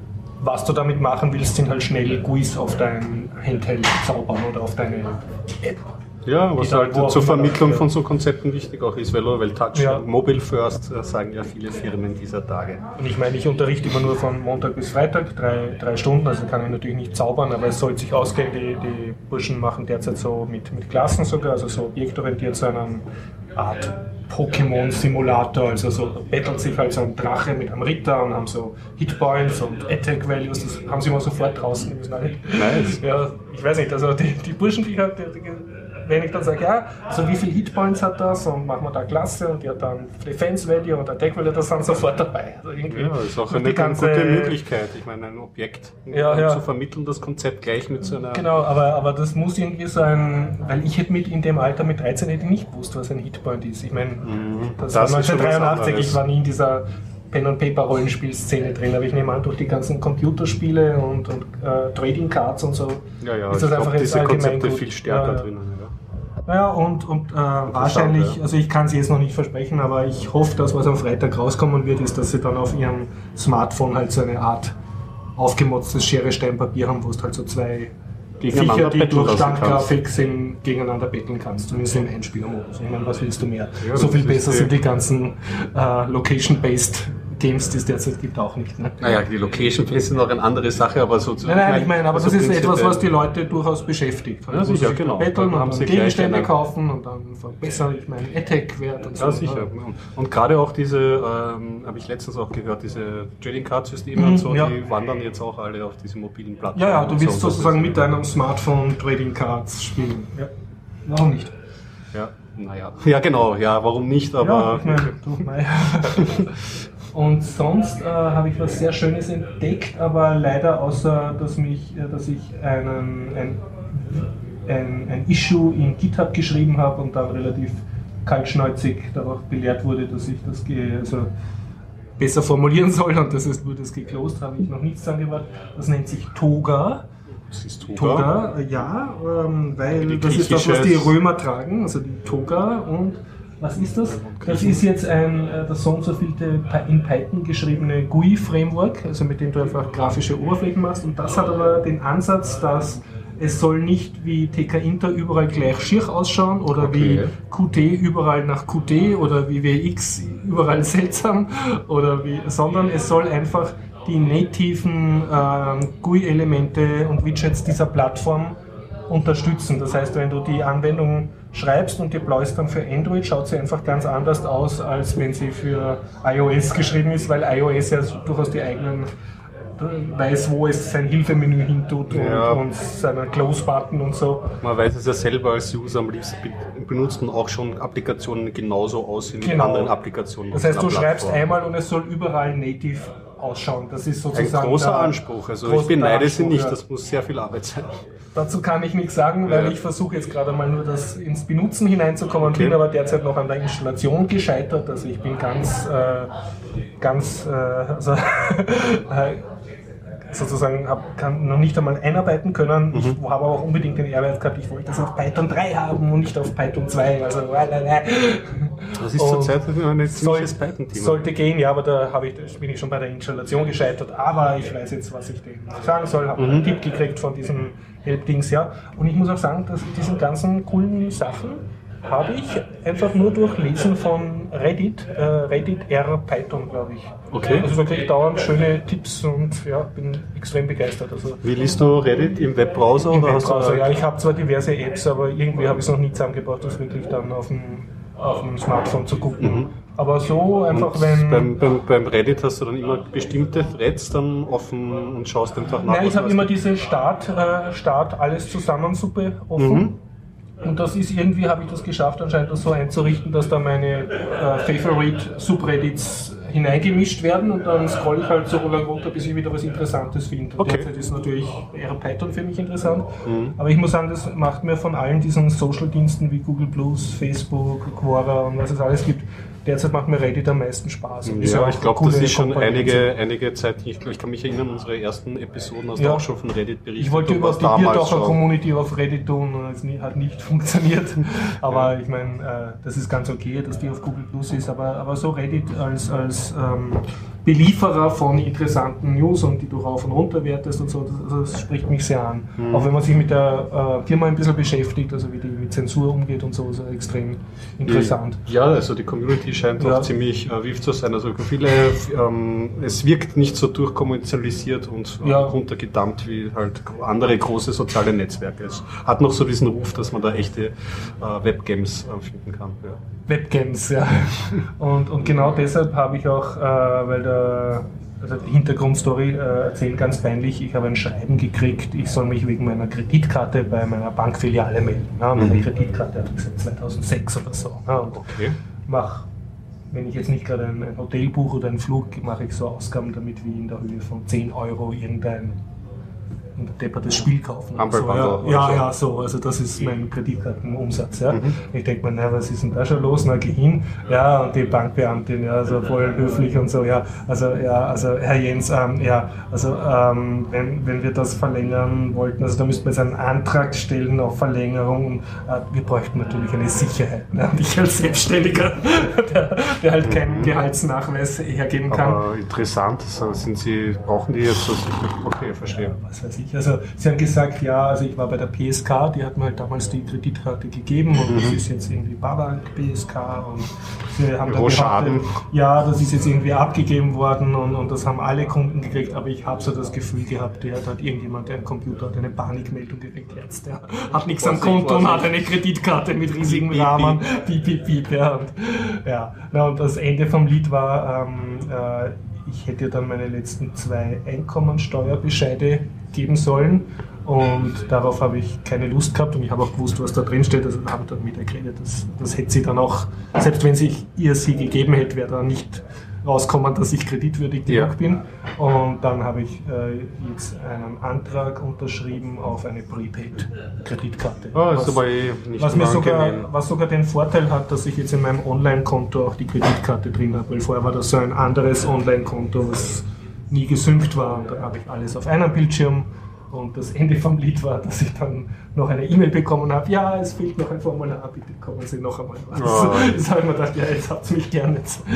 was du damit machen willst, sind halt schnell G U Is auf dein Handheld zaubern oder auf deine App. Ja, was halt zur Vermittlung von so Konzepten wichtig auch ist, weil, weil Touch, ja. Mobile First, sagen ja viele Firmen dieser Tage. Und ich meine, ich unterrichte immer nur von Montag bis Freitag, drei, drei Stunden, also kann ich natürlich nicht zaubern, aber es soll sich ausgehen. Die, die Burschen machen derzeit so mit, mit Klassen sogar, also so objektorientiert, so eine Art Pokémon-Simulator, also so battelt sich halt so ein Drache mit einem Ritter und haben so Hitpoints und Attack Values, das haben sie immer sofort draußen. Nice. Ja, ich weiß nicht, also die, die Burschen, die, die wenn ich dann sage, ja, also wie viele Hitpoints hat das und machen wir da Klasse und die hat dann Defense Value und Attack Value, das sind sofort dabei. Also irgendwie ja, das ist auch eine ganze, gute Möglichkeit, ich meine, ein Objekt ja, ja. zu vermitteln, das Konzept gleich mit so einer... Genau, aber, aber das muss irgendwie so ein, weil ich hätte mit in dem Alter mit dreizehn hätte ich nicht gewusst, was ein Hitpoint ist. Ich meine, mhm, das, das war neunzehnhundertdreiundachtzig, ich war nie in dieser Pen-and-Paper-Rollenspielszene drin, aber ich nehme an, durch die ganzen Computerspiele und, und äh, Trading Cards und so ja, ja, ist das einfach jetzt allgemein Konzepte gut. viel stärker ja, drin. Ja. Naja, und, und äh, wahrscheinlich, ja. also ich kann es jetzt noch nicht versprechen, aber ich hoffe, dass was am Freitag rauskommen wird, ist, dass sie dann auf ihrem Smartphone halt so eine Art aufgemotztes Schere-Stein-Papier haben, wo es halt so zwei Viecher, die durch Standgrafik sind, gegeneinander betteln kannst, zumindest im Einspielermodus. Ich meine, was willst du mehr? Ja, so viel besser sind die ganzen äh, Location-Based Games, die es derzeit gibt, auch nicht. Ne? Naja, die Location-Based sind noch eine andere Sache, aber so... Nein, nein, ich meine, aber also das ist etwas, was die Leute durchaus beschäftigt. Ja, sicher, sich genau. Betteln und dann Gegenstände kaufen und dann verbessern, ich meine, Attack-Wert und so. Ja, sicher. Und, und gerade auch diese, ähm, habe ich letztens auch gehört, diese Trading-Card-Systeme mhm, und so, ja. die wandern jetzt auch alle auf diese mobilen Plattformen. Ja, ja, du willst so, sozusagen mit deinem Smartphone Trading Cards spielen. Ja. Warum nicht? Ja, naja. Ja, genau, ja, warum nicht, aber... Ja, ich meine, du, naja. Und sonst äh, habe ich was sehr Schönes entdeckt, aber leider außer, dass, mich, äh, dass ich einen, ein, ein, ein Issue in GitHub geschrieben habe und dann relativ kaltschnäuzig darauf belehrt wurde, dass ich das ge- also besser formulieren soll und das ist, wurde es geclosed, habe ich noch nichts angebracht. Das nennt sich Toga. Das ist Toga? Toga, ja, ähm, weil das ist das, was die Römer tragen, also die Toga. Und was ist das? Das ist jetzt ein, das so und so vielte in Python geschriebene G U I-Framework, also mit dem du einfach grafische Oberflächen machst. Und das hat aber den Ansatz, dass es soll nicht wie T K-Inter überall gleich schier ausschauen oder okay. wie Qt überall nach Qt oder wie W X überall seltsam, oder wie, sondern es soll einfach die nativen äh, G U I-Elemente und Widgets dieser Plattform unterstützen. Das heißt, wenn du die Anwendung schreibst und deployst dann für Android, schaut sie einfach ganz anders aus, als wenn sie für iOS geschrieben ist, weil iOS ja durchaus die eigenen weiß, wo es sein Hilfemenü hintut und, ja. und seinen Close-Button und so. Man weiß es ja selber als User am liebsten benutzt man auch schon Applikationen genauso aussehen wie genau. anderen Applikationen. Das heißt, du schreibst einmal und es soll überall native ausschauen. Das ist sozusagen ein großer Anspruch. Also ich beneide sie nicht, das muss sehr viel Arbeit sein. Dazu kann ich nichts sagen, weil ja. ich versuche jetzt gerade mal nur das ins Benutzen hineinzukommen, okay. bin aber derzeit noch an der Installation gescheitert. Also ich bin ganz, äh, ganz, äh, also, sozusagen hab, kann noch nicht einmal einarbeiten können. Mhm. Ich habe aber auch unbedingt den Ehrgeiz gehabt, ich wollte das auf Python drei haben und nicht auf Python zwei. Also, das ist zurzeit ein ziemliches Python-Thema. Sollte gehen, ja, aber da habe ich, bin ich schon bei der Installation gescheitert. Aber ich weiß jetzt, was ich denen sagen soll. Habe mhm. einen Tipp gekriegt von diesen Help-Dings, ja. Und ich muss auch sagen, dass diesen ganzen coolen Sachen habe ich einfach nur durch Lesen von Reddit, äh, Reddit R Python, glaube ich. Okay. Also da kriege ich dauernd schöne Tipps und ja, bin extrem begeistert. Also, wie liest du Reddit? Im Webbrowser? Im oder Webbrowser, hast du ja. Ich habe zwar diverse Apps, aber irgendwie habe ich es noch nie zusammengebracht, das wirklich dann auf dem, auf dem Smartphone zu gucken. Mhm. Aber so einfach, und wenn... Beim, beim, beim Reddit hast du dann immer bestimmte Threads dann offen und schaust einfach nach? Nein, ich habe immer diese Start, äh, Start alles zusammen Suppe offen. Mhm. Und das ist irgendwie, habe ich das geschafft, anscheinend das so einzurichten, dass da meine äh, Favorite Subreddits hineingemischt werden und dann scroll ich halt so lang runter, bis ich wieder was Interessantes finde. Okay. Derzeit ist natürlich eher Python für mich interessant, mhm. aber ich muss sagen, das macht mir von allen diesen Social-Diensten wie Google Plus, Facebook, Quora und was es alles gibt, derzeit macht mir Reddit am meisten Spaß. Und ja, ja ich glaube, das ist schon einige, einige Zeit, ich, ich kann mich erinnern, unsere ersten Episoden hast du ja. auch schon von Reddit berichtet. Ich wollte über die Biertaucher-Community auf Reddit tun und es hat nicht funktioniert. Aber ja. ich meine, das ist ganz okay, dass die auf Google Plus ist, aber, aber so Reddit als, als ähm, Belieferer von interessanten News und die du rauf und runter wertest und so, das, das spricht mich sehr an. Mhm. Auch wenn man sich mit der äh, Firma ein bisschen beschäftigt, also wie die mit Zensur umgeht und so, ist extrem interessant. Ja, also die Community scheint ja. auch ziemlich äh, wild zu sein. Also viele, ähm, es wirkt nicht so durchkommerzialisiert und äh, ja. runtergedammt wie halt andere große soziale Netzwerke. Es hat noch so diesen Ruf, dass man da echte äh, Webgames äh, finden kann. Ja. Webgames, ja. Und, und genau deshalb habe ich auch, äh, weil der also Hintergrundstory äh, erzählen, ganz peinlich, ich habe ein Schreiben gekriegt, ich soll mich wegen meiner Kreditkarte bei meiner Bankfiliale melden. Ja, meine mhm. Kreditkarte habe ich seit zweitausendsechs oder so. Ja, und okay. mach, wenn ich jetzt nicht gerade ein, ein Hotel buche oder einen Flug, mache ich so Ausgaben damit wie in der Höhe von zehn Euro irgendein ein deppertes Spiel kaufen. So, ja, ja, so. ja, so. Also das ist mein Kreditkartenumsatz. Ja. Mhm. Ich denke mir, na, was ist denn da schon los? Na, geh hin. Ja, und die Bankbeamtin, ja, also voll höflich und so, ja, also, ja, also Herr Jens, ähm, ja, also ähm, wenn, wenn wir das verlängern wollten, also da müssten wir jetzt einen Antrag stellen auf Verlängerung und äh, wir bräuchten natürlich eine Sicherheit. Ne? Und ich als Selbstständiger, der, der halt keinen mhm. Gehaltsnachweis hergeben kann. Aber interessant, sind Sie, brauchen die jetzt so sicher? Okay, verstehe. Ja, was weiß ich. Also Sie haben gesagt, ja, also ich war bei der P S K, die hat mir halt damals die Kreditkarte gegeben und mhm. das ist jetzt irgendwie Barbank P S K und sie haben dann Schaden. Ja, das ist jetzt irgendwie abgegeben worden und, und das haben alle Kunden gekriegt, aber ich habe so das Gefühl gehabt, der hat halt irgendjemand, der am Computer hat eine Panikmeldung gekriegt, jetzt, der hat nichts am Konto und hat eine Kreditkarte mit riesigen piep, Rahmen, piep, piep, piep, ja, und, ja. Na, und das Ende vom Lied war, ähm, äh, ich hätte dann meine letzten zwei Einkommensteuerbescheide geben sollen und darauf habe ich keine Lust gehabt und ich habe auch gewusst, was da drin steht, also habe dann wieder geredet, das, das hätte sie dann auch, selbst wenn sich ihr sie gegeben hätte, wäre da nicht rauskommen, dass ich kreditwürdig genug ja. bin und dann habe ich äh, jetzt einen Antrag unterschrieben auf eine Prepaid-Kreditkarte. Oh, was, aber eh nicht was, mir sogar, was sogar den Vorteil hat, dass ich jetzt in meinem Online-Konto auch die Kreditkarte drin habe, weil vorher war das so ein anderes Online-Konto, was nie gesynkt war und dann habe ich alles auf einem Bildschirm und das Ende vom Lied war, dass ich dann noch eine E-Mail bekommen habe, ja, es fehlt noch ein Formular, bitte kommen Sie noch einmal was. Oh. Das habe ich mir gedacht, ja, jetzt habt ihr mich gerne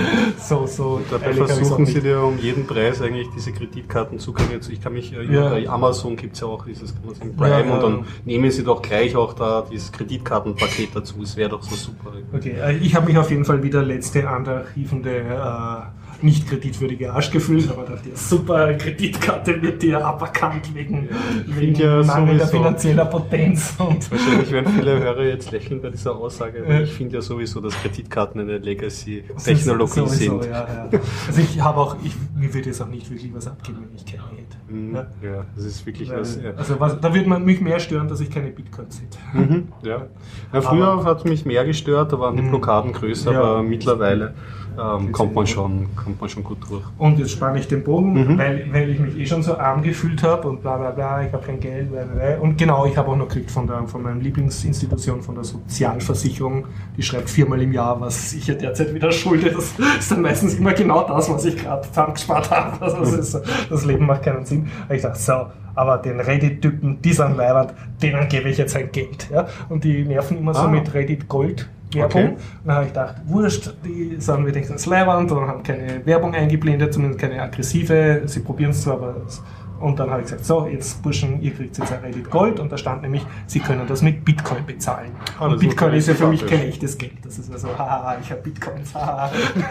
so, so. Dabei versuchen Sie dir um jeden Preis eigentlich diese Kreditkartenzugänge zu, ich kann mich, ja. bei Amazon gibt es ja auch dieses Prime ja, ja. und dann nehmen Sie doch gleich auch da dieses Kreditkartenpaket dazu, es wäre doch so super. Okay, ich habe mich auf jeden Fall wieder letzte anarchivende äh, nicht kreditwürdige Arsch gefühlt, aber dachte, super, Kreditkarte wird dir aberkannt wegen, ja, wegen ja mangelnder finanzieller Potenz. Und wahrscheinlich werden viele Hörer jetzt lächeln bei dieser Aussage, aber ich finde ja sowieso, dass Kreditkarten eine Legacy-Technologie sind. Ja, ja. Also ich habe auch, ich, mir würde jetzt auch nicht wirklich was abgeben, wenn ich keine hätte. Mhm, ja. ja, das ist wirklich Weil, was. Ja. Also was, da würde man mich mehr stören, dass ich keine Bitcoins hätte. Mhm, ja. Ja, früher aber, hat es mich mehr gestört, da waren die Blockaden größer, ja, aber mittlerweile ähm, kommt, man schon, kommt man schon gut durch. Und jetzt spanne ich den Bogen, mhm. weil, weil ich mich eh schon so arm gefühlt habe und bla bla bla, ich habe kein Geld, bla, bla, bla. Und genau, ich habe auch noch gekriegt von, der, von meiner Lieblingsinstitution, von der Sozialversicherung, die schreibt viermal im Jahr, was ich ja derzeit wieder schulde. Das ist dann meistens immer genau das, was ich gerade gespart habe. Also das, ist, das Leben macht keinen Sinn. Ich dachte, so, aber den Reddit-Typen, die sind leiwand, denen gebe ich jetzt ein Geld. Ja? Und die nerven immer ah. so mit Reddit Gold. Werbung. Okay. Dann habe ich gedacht, wurscht, die sagen, wir denken das Leihwand und haben keine Werbung eingeblendet, zumindest keine aggressive, sie probieren es zwar, aber. Und dann habe ich gesagt, so, jetzt Burschen, ihr kriegt jetzt ein Reddit Gold und da stand nämlich, sie können das mit Bitcoin bezahlen. Ah, und Bitcoin ist ja für mich kein echtes Geld. Das ist also, haha, ich habe Bitcoins, haha.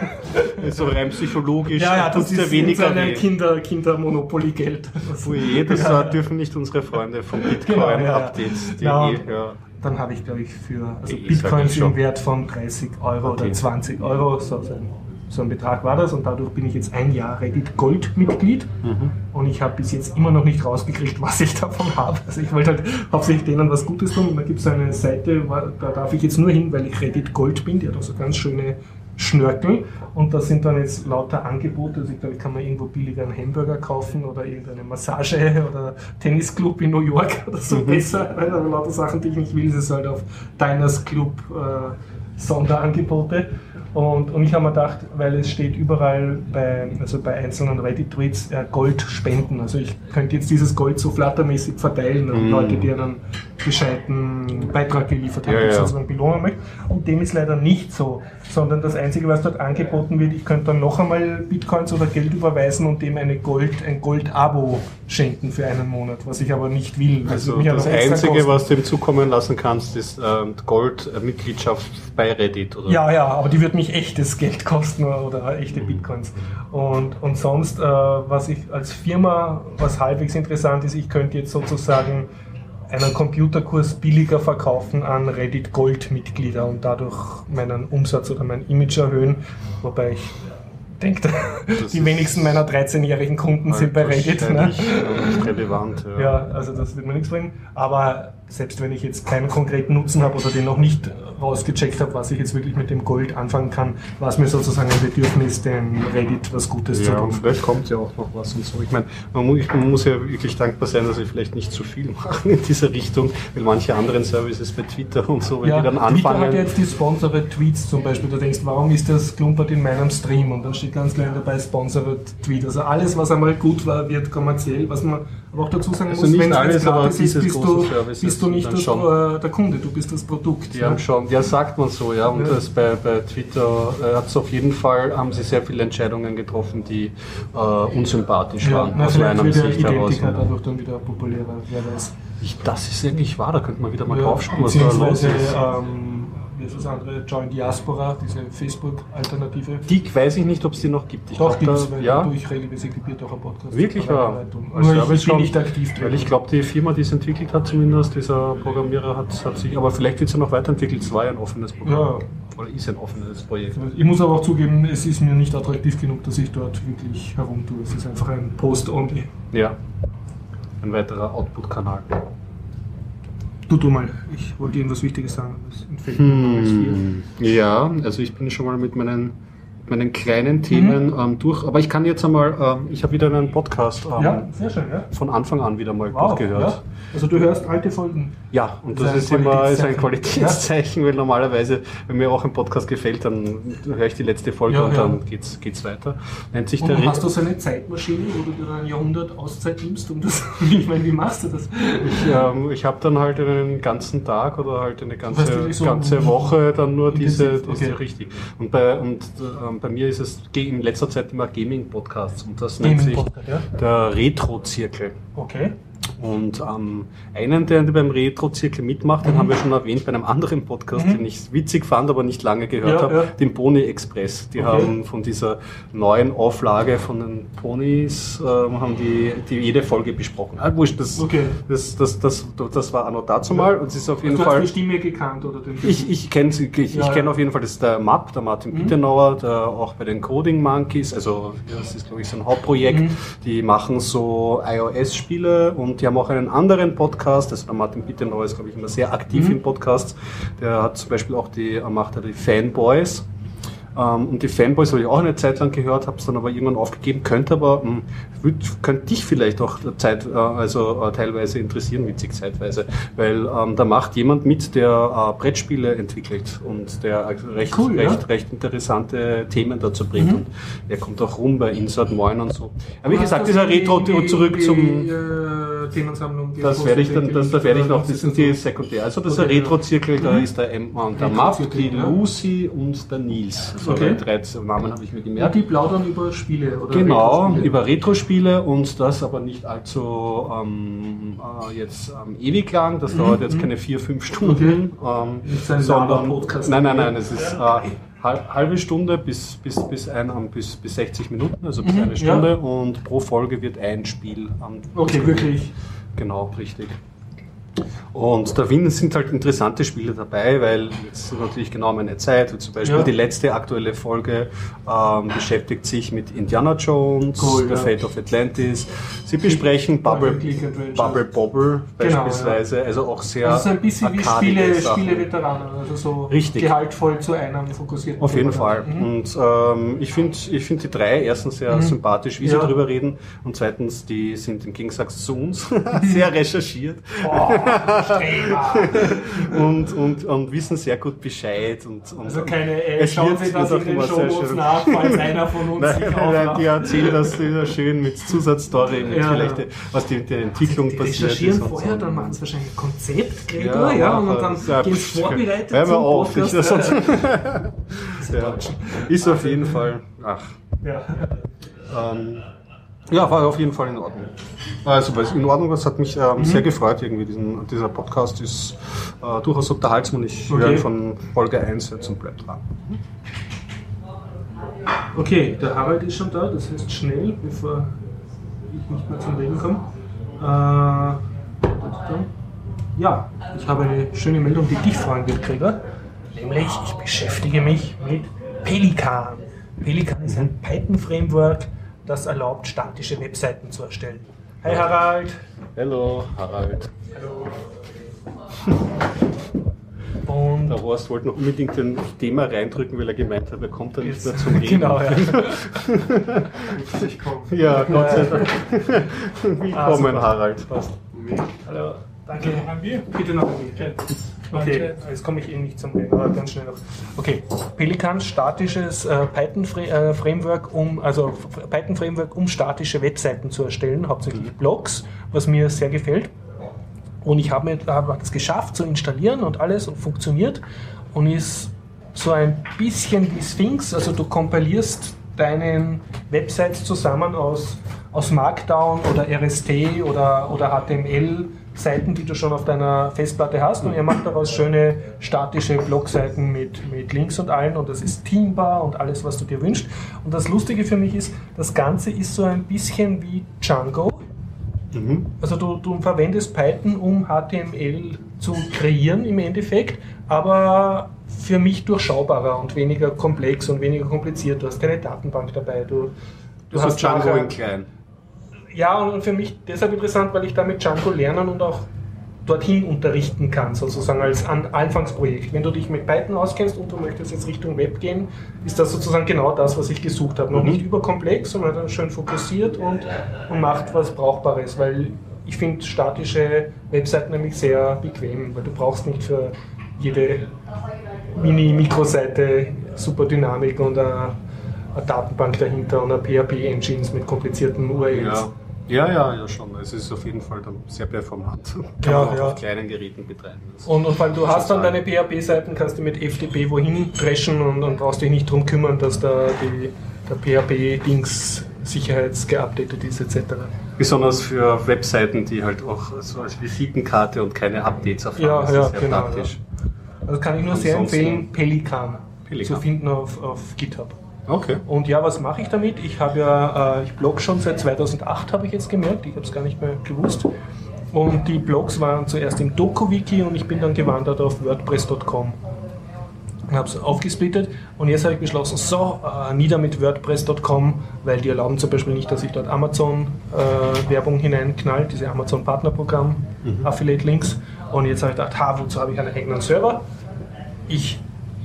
So rein psychologisch. Ja, ja, das ist ja weniger ein Kinder, Kinder-Monopoly-Geld. Ui, das ja. dürfen nicht unsere Freunde von Bitcoin-Updates. Genau, ja. ja. Dann habe ich, glaube ich, für also ich Bitcoins im Wert von dreißig Euro okay. oder zwanzig Euro, so, so, ein, so ein Betrag war das. Und dadurch bin ich jetzt ein Jahr Reddit Gold-Mitglied. Mhm. Und ich habe bis jetzt immer noch nicht rausgekriegt, was ich davon habe. Also ich wollte halt hauptsächlich denen was Gutes tun. Und da gibt es eine Seite, da darf ich jetzt nur hin, weil ich Reddit Gold bin. Die hat auch so ganz schöne Schnörkel. Und da sind dann jetzt lauter Angebote. Also ich glaube, ich kann mir irgendwo billiger einen Hamburger kaufen oder irgendeine Massage oder Tennisclub in New York oder so mhm. besser. Weil da lauter Sachen, die ich nicht will, das ist halt auf Diners Club äh, Sonderangebote. Und, und ich habe mir gedacht, weil es steht überall bei, also bei einzelnen Reddit-Tweets äh, Gold spenden. Also ich könnte jetzt dieses Gold so flattermäßig verteilen an mm. Leute, die einen gescheiten Beitrag geliefert haben, ja, ja. sozusagen belohnen möchte. Und dem ist leider nicht so, sondern das Einzige, was dort angeboten wird, ich könnte dann noch einmal Bitcoins oder Geld überweisen und dem eine Gold, ein Gold-Abo schenken für einen Monat, was ich aber nicht will. Also das Einzige, was du ihm zukommen lassen kannst, ist ähm, Gold-Mitgliedschaft bei Reddit, oder? Ja, ja, aber die wird mich echtes Geld kosten oder echte Bitcoins. Und, und sonst, äh, was ich als Firma, was halbwegs interessant ist, ich könnte jetzt sozusagen einen Computerkurs billiger verkaufen an Reddit Gold Mitglieder und dadurch meinen Umsatz oder mein Image erhöhen, wobei ich denke, die wenigsten meiner dreizehnjährigen Kunden sind bei Reddit. Ne? Relevant. Ja. Ja, also das wird mir nichts bringen. Aber selbst wenn ich jetzt keinen konkreten Nutzen habe oder den noch nicht rausgecheckt habe, was ich jetzt wirklich mit dem Gold anfangen kann, war es mir sozusagen ein Bedürfnis, dem Reddit was Gutes ja, zu tun. Und vielleicht kommt ja auch noch was und so. Ich meine, man muss, man muss ja wirklich dankbar sein, dass wir vielleicht nicht zu viel machen in dieser Richtung, weil manche anderen Services bei Twitter und so, wenn ja, die dann Twitter anfangen... hat ja jetzt die Sponsored Tweets zum Beispiel. Du denkst, warum ist das klumpert in meinem Stream? Und dann steht ganz klein dabei Sponsored Tweet. Also alles, was einmal gut war, wird kommerziell. Was man aber auch dazu sagen also muss, wenn es gratis ist, bist du, Services bist du nicht das, schon. äh, der Kunde, du bist das Produkt. Die ja. haben schon, ja, sagt man so, ja. Und ja. das bei, bei Twitter äh, hat es auf jeden Fall, haben sie sehr viele Entscheidungen getroffen, die äh, unsympathisch ja, waren, na, aus meiner Sicht heraus. Identica dadurch dann wieder populärer, wer weiß. Ich, das ist eigentlich wahr, da könnte man wieder mal ja, draufschauen, was da los ist. Ähm, wie ist das andere? Join Diaspora, diese Facebook-Alternative. Die weiß ich nicht, ob es die noch gibt. Ich Doch, gibt es, da, weil ja? durch regelmäßig gibt auch ein Podcast. Wirklich wahr? Nur also, ich, ich bin schon, nicht aktiv drin. Weil ich glaube, die Firma, die es entwickelt hat, zumindest, dieser Programmierer, hat, hat sich, aber vielleicht wird es ja noch weiterentwickelt. Es war ja ein offenes Programm. Ja. Oder ist ein offenes Projekt. Ich muss aber auch zugeben, es ist mir nicht attraktiv genug, dass ich dort wirklich herumtue. Es ist einfach ein Post-Only. Ja, ein weiterer Output-Kanal. Du, du mal, ich wollte irgendwas Wichtiges sagen. Das entfällt mir hm, ja, also ich bin schon mal mit meinen, meinen kleinen Themen mhm. ähm, durch, aber ich kann jetzt einmal, ähm, ich habe wieder einen Podcast ähm, ja, sehr schön, ja. von Anfang an wieder mal wow, durchgehört. Ja. Also du hörst alte Folgen? Ja, und das, das ist, ist immer ist ein Qualitätszeichen, ja. Weil normalerweise, wenn mir auch ein Podcast gefällt, dann höre ich die letzte Folge ja, und ja. dann geht's, geht's weiter. Nennt sich und der hast du so eine Zeitmaschine, wo du dir ein Jahrhundert Auszeit nimmst? Um das, ich meine, wie machst du das? Ich, ähm, ich habe dann halt einen ganzen Tag oder halt eine ganze, so ganze Woche dann nur diese, diese okay. richtig. Und bei, und, ähm, bei mir ist es in letzter Zeit immer Gaming-Podcasts und das nennt sich ja? der Retro-Zirkel. Okay. Und ähm, einen, der beim Retro-Zirkel mitmacht, den mhm. haben wir schon erwähnt bei einem anderen Podcast, mhm. den ich witzig fand, aber nicht lange gehört ja, habe, ja. den Pony Express. Die okay. haben von dieser neuen Auflage von den Ponys, äh, haben die, die jede Folge besprochen. Ah, wurscht, das, okay. das, das, das, das, das war auch noch dazu mal. Ja. Und es ist auf jeden du Fall. Hast die Stimme gekannt oder den Ich, ich kenne ich, ich ja, kenn ja. auf jeden Fall, das ist der M A P, der Martin mhm. Bittenauer, der auch bei den Coding Monkeys, also das ist glaube ich sein Hauptprojekt, mhm. die machen so iOS-Spiele und die haben auch einen anderen Podcast, also der Martin Bittenauer ist glaube ich immer sehr aktiv mhm. in Podcasts, der hat zum Beispiel auch die, er macht ja die Fanboys. Um, und die Fanboys habe ich auch eine Zeit lang gehört, habe es dann aber irgendwann aufgegeben, könnte aber, mh, würd, könnte dich vielleicht auch Zeit, äh, also äh, teilweise interessieren, witzig zeitweise, weil ähm, da macht jemand mit, der äh, Brettspiele entwickelt und der recht, cool, recht, ja? recht interessante Themen dazu bringt mhm. und er kommt auch rum bei Insert Moin und so. Aber wie gesagt, dieser Retro die, zurück die, zum die, äh, Themensammlung, die das werde ich dann, das, da werde ich noch, das sind die Sekundär, also das ist okay, der Retro-Zirkel, ja. da ist der Emma und der Map, die Lucy und der Nils. Okay. Drei Namen habe ich mir gemerkt. Und die plaudern über Spiele, oder? Genau, Retro-Spiele. Über Retro-Spiele und das aber nicht allzu ähm, äh, jetzt ähm, ewig lang. Das mhm. dauert jetzt keine vier, fünf Stunden. Okay. Ähm, nicht ein sondern, Podcast. Nein, nein, nein, es ist äh, halbe Stunde bis, bis, bis, ein, bis, bis sechzig Minuten, also bis mhm. eine Stunde ja. und pro Folge wird ein Spiel am Okay, wirklich? Genau, richtig. Und da sind halt interessante Spiele dabei, weil jetzt ist natürlich genau meine Zeit. Wie zum Beispiel ja. die letzte aktuelle Folge ähm, beschäftigt sich mit Indiana Jones, cool, The ja. Fate of Atlantis. Sie besprechen Bubble, Bubble Bobble beispielsweise, genau, ja. also auch sehr also ein bisschen wie Spiele, Spiele-Veteranen, also so Richtig. gehaltvoll zu einem fokussierten Auf jeden Fall. Mhm. Und ähm, ich finde ich find die drei erstens sehr mhm. sympathisch, wie ja. sie darüber reden und zweitens, die sind im Gegensatz zu uns sehr recherchiert. Oh. und, und, und wissen sehr gut Bescheid. Und, und, also keine, äh, schauen Sie das in den Shownotes nach, falls einer von uns nein, sich nein, nein, die erzählen das wieder schön mit Zusatzstory, mit ja, vielleicht, ja. was die, die Entwicklung die passiert ist. Die recherchieren vorher, so. Dann machen sie wahrscheinlich ein Konzept, Gregor, ja, ja, und dann ja, gehen sie vorbereitet zum auf, Podcast. Ich, sonst, ja, ist auf jeden Fall, ach. Ja. Ähm, Ja, war auf jeden Fall in Ordnung. Also, weil es in Ordnung war, es hat mich ähm, mhm. sehr gefreut, irgendwie. Diesen, dieser Podcast ist äh, durchaus unterhaltsam und ich okay. höre von Folge eins jetzt und bleib dran. Okay, der Harald ist schon da, das heißt schnell, bevor ich nicht mehr zum Reden komme. Äh, ja, ich habe eine schöne Meldung, die dich freuen wird, Gregor. Nämlich, ich beschäftige mich mit Pelikan. Pelikan ist ein Python-Framework, das erlaubt, statische Webseiten zu erstellen. Hi Harald! Hallo Harald! Hallo! Und der Horst wollte noch unbedingt ein Thema reindrücken, weil er gemeint hat, er kommt da nicht mehr zum Reden. Genau, ja. Ich komme. Ja, Gott sei Dank. Willkommen, ah, Harald. Passt. Hallo, danke. Noch ein Bier? Bitte noch ein Bier. Okay, jetzt komme ich eh nicht zum Reden, aber ganz schnell noch. Okay, Pelikan, statisches äh, Python-Framework, um, also Python-Framework, um statische Webseiten zu erstellen, hauptsächlich Blogs, was mir sehr gefällt. Und ich habe hab es geschafft zu installieren und alles und funktioniert und ist so ein bisschen wie Sphinx, also du kompilierst deinen Websites zusammen aus, aus Markdown oder R S T oder, oder H T M L-Seiten, die du schon auf deiner Festplatte hast und er macht daraus schöne statische Blogseiten mit, mit Links und allen und das ist teambar und alles, was du dir wünschst. Und das Lustige für mich ist, das Ganze ist so ein bisschen wie Django. Also du, du verwendest Python, um H T M L zu kreieren im Endeffekt, aber für mich durchschaubarer und weniger komplex und weniger kompliziert. Du hast keine Datenbank dabei. Du, du hast Django in klein. Ja, und für mich deshalb interessant, weil ich damit Django lernen und auch dorthin unterrichten kann, sozusagen als Anfangsprojekt. Wenn du dich mit Python auskennst und du möchtest jetzt Richtung Web gehen, ist das sozusagen genau das, was ich gesucht habe. Noch mhm. nicht überkomplex, sondern dann schön fokussiert und, und macht was Brauchbares, weil ich finde statische Webseiten nämlich sehr bequem, weil du brauchst nicht für jede Mini-Mikroseite super Dynamik und eine, eine Datenbank dahinter und eine P H P-Engines mit komplizierten U R Ls. Ja. Ja, ja, ja schon. Es ist auf jeden Fall dann sehr performant. Kann ja, man auch ja. auf kleinen Geräten betreiben. Und, und weil du hast dann deine P H P-Seiten, kannst du mit F T P wohin dreschen und, und brauchst dich nicht darum kümmern, dass da die, der P H P-Dings sicherheitsgeupdatet ist et cetera. Besonders für Webseiten, die halt auch so als Visitenkarte und keine Updates erfahren. Ja, das ja, ist sehr genau, praktisch. Ja. Also kann ich nur Ansonsten sehr empfehlen, Pelikan, Pelikan zu finden auf, auf GitHub. Okay. Und ja, was mache ich damit? Ich habe ja, äh, ich blogge schon seit zweitausendacht, habe ich jetzt gemerkt, ich habe es gar nicht mehr gewusst. Und die Blogs waren zuerst im DokuWiki und ich bin dann gewandert auf WordPress Punkt com. Ich habe es aufgesplittet und jetzt habe ich beschlossen, so, äh, nieder mit WordPress Punkt com, weil die erlauben zum Beispiel nicht, dass ich dort Amazon-Werbung äh, hineinknall, diese Amazon-Partnerprogramm, mhm. Affiliate-Links. Und jetzt habe ich gedacht, ha, wozu habe ich einen eigenen Server? Ich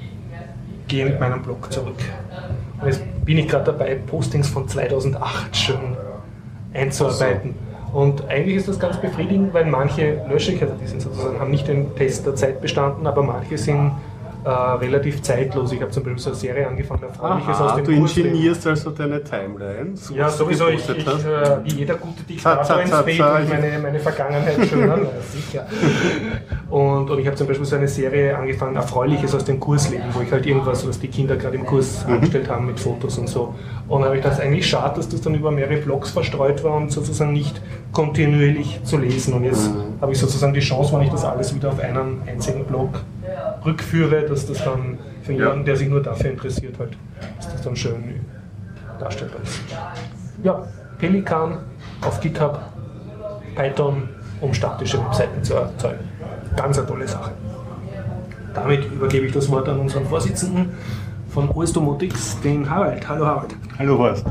gehe mit meinem Blog zurück. Und jetzt bin ich gerade dabei, Postings von zweitausendacht schon einzuarbeiten. So. Und eigentlich ist das ganz befriedigend, weil manche lösche ich, also die sind sozusagen, haben nicht den Test der Zeit bestanden, aber manche sind äh, relativ zeitlos. Ich habe zum Beispiel so eine Serie angefangen, Erfreuliches Aha, aus dem du ingenierst also deine Timeline. So ja, sowieso, ich, ich, äh, wie jeder gute Diktator ins Bild und meine, meine Vergangenheit schönern, ja, sicher. Und, und ich habe zum Beispiel so eine Serie angefangen, Erfreuliches aus dem Kursleben, wo ich halt irgendwas, was die Kinder gerade im Kurs mhm. angestellt haben mit Fotos und so. Und habe ich das eigentlich schade, dass das dann über mehrere Blogs verstreut war und sozusagen nicht kontinuierlich zu lesen. Und jetzt mhm. habe ich sozusagen die Chance, wenn ich das alles wieder auf einen einzigen Blog rückführe, dass das dann für ja. jemanden, der sich nur dafür interessiert, halt, dass das dann schön darstellbar ist. Ja, Pelikan auf GitHub, Python, um statische Webseiten zu erzeugen. Ganz eine tolle Sache. Damit übergebe ich das Wort an unseren Vorsitzenden von O S Domotics, den Harald. Hallo Harald. Hallo Horst.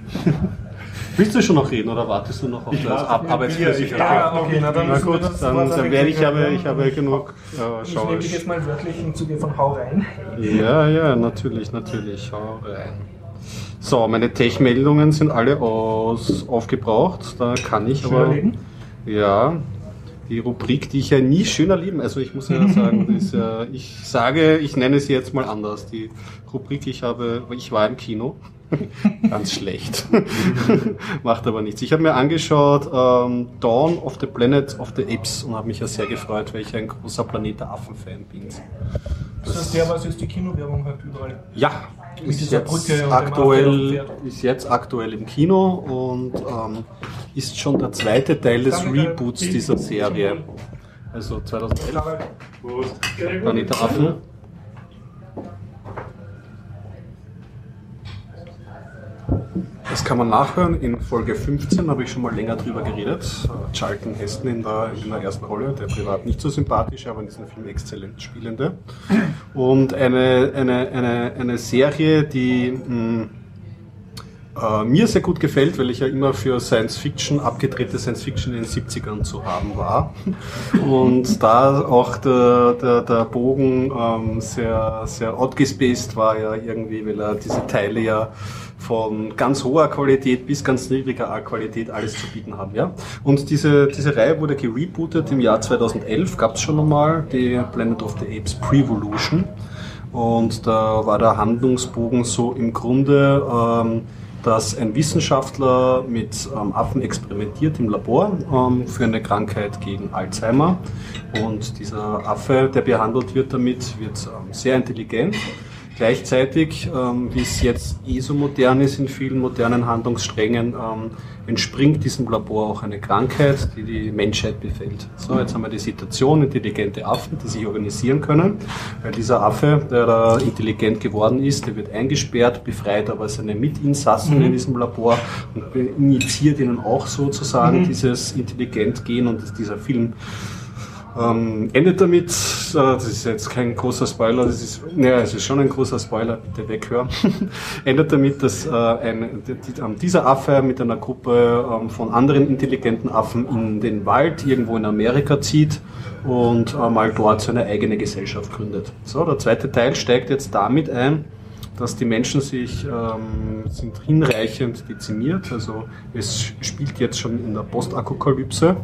Willst du schon noch reden oder wartest du noch auf ich das Ar Arbeitsversicherung? Ja, okay, na dann, na gut, dann, dann, dann werde ich, habe, ich habe genug äh, Ich nehme dich jetzt mal wörtlich im Zuge von Hau rein. Ja, ja, natürlich, natürlich, hau rein. So, meine Tech-Meldungen sind alle aus, aufgebraucht, da kann ich Schöner aber... Leben? Ja, die Rubrik, die ich ja nie schöner leben, also ich muss ja sagen, das ist ja, ich sage, ich nenne sie jetzt mal anders, die Rubrik, ich habe, ich war im Kino. Ganz schlecht. Macht aber nichts. Ich habe mir angeschaut ähm, Dawn of the Planet of the Apes und habe mich ja sehr gefreut, weil ich ein großer Planet der Affen-Fan bin. Das ist der, was jetzt die Kinowerbung hat überall. Ja, ist jetzt, aktuell, ist jetzt aktuell im Kino und ähm, ist schon der zweite Teil des Reboots dieser Serie. Also zweitausendelf. Planet der Affen. Das kann man nachhören. In Folge fünfzehn habe ich schon mal länger drüber geredet. Charlton Heston in der, in der ersten Rolle, der privat nicht so sympathisch, aber in diesem Film exzellent spielende. Und eine, eine, eine, eine Serie, die mh, äh, mir sehr gut gefällt, weil ich ja immer für Science Fiction, abgedrehte Science Fiction in den siebzigern zu haben war. Und da auch der, der, der Bogen ähm, sehr, sehr odd gespaced war ja irgendwie, weil er diese Teile ja von ganz hoher Qualität bis ganz niedriger Qualität alles zu bieten haben. Ja? Und diese, diese Reihe wurde gerebootet im Jahr zweitausendelf, gab es schon einmal die Planet of the Apes Prevolution. Und da war der Handlungsbogen so im Grunde, ähm, dass ein Wissenschaftler mit ähm, Affen experimentiert im Labor ähm, für eine Krankheit gegen Alzheimer. Und dieser Affe, der behandelt wird damit, wird ähm, sehr intelligent. Gleichzeitig, ähm, wie es jetzt eh so modern ist in vielen modernen Handlungssträngen, ähm, entspringt diesem Labor auch eine Krankheit, die die Menschheit befällt. So, jetzt haben wir die Situation, intelligente Affen, die sich organisieren können, weil dieser Affe, der da intelligent geworden ist, der wird eingesperrt, befreit aber seine Mitinsassen mhm. in diesem Labor und initiiert ihnen auch sozusagen mhm. dieses Intelligent-Gen, und dieser Film Ähm, endet damit, äh, das ist jetzt kein großer Spoiler, das ist, naja, es ist schon ein großer Spoiler, bitte weghören, endet damit, dass äh, ein, die, die, dieser Affe mit einer Gruppe ähm, von anderen intelligenten Affen in den Wald irgendwo in Amerika zieht und äh, mal dort seine eigene Gesellschaft gründet. So, der zweite Teil steigt jetzt damit ein, dass die Menschen sich ähm, sind hinreichend dezimiert, also es spielt jetzt schon in der Postapokalypse.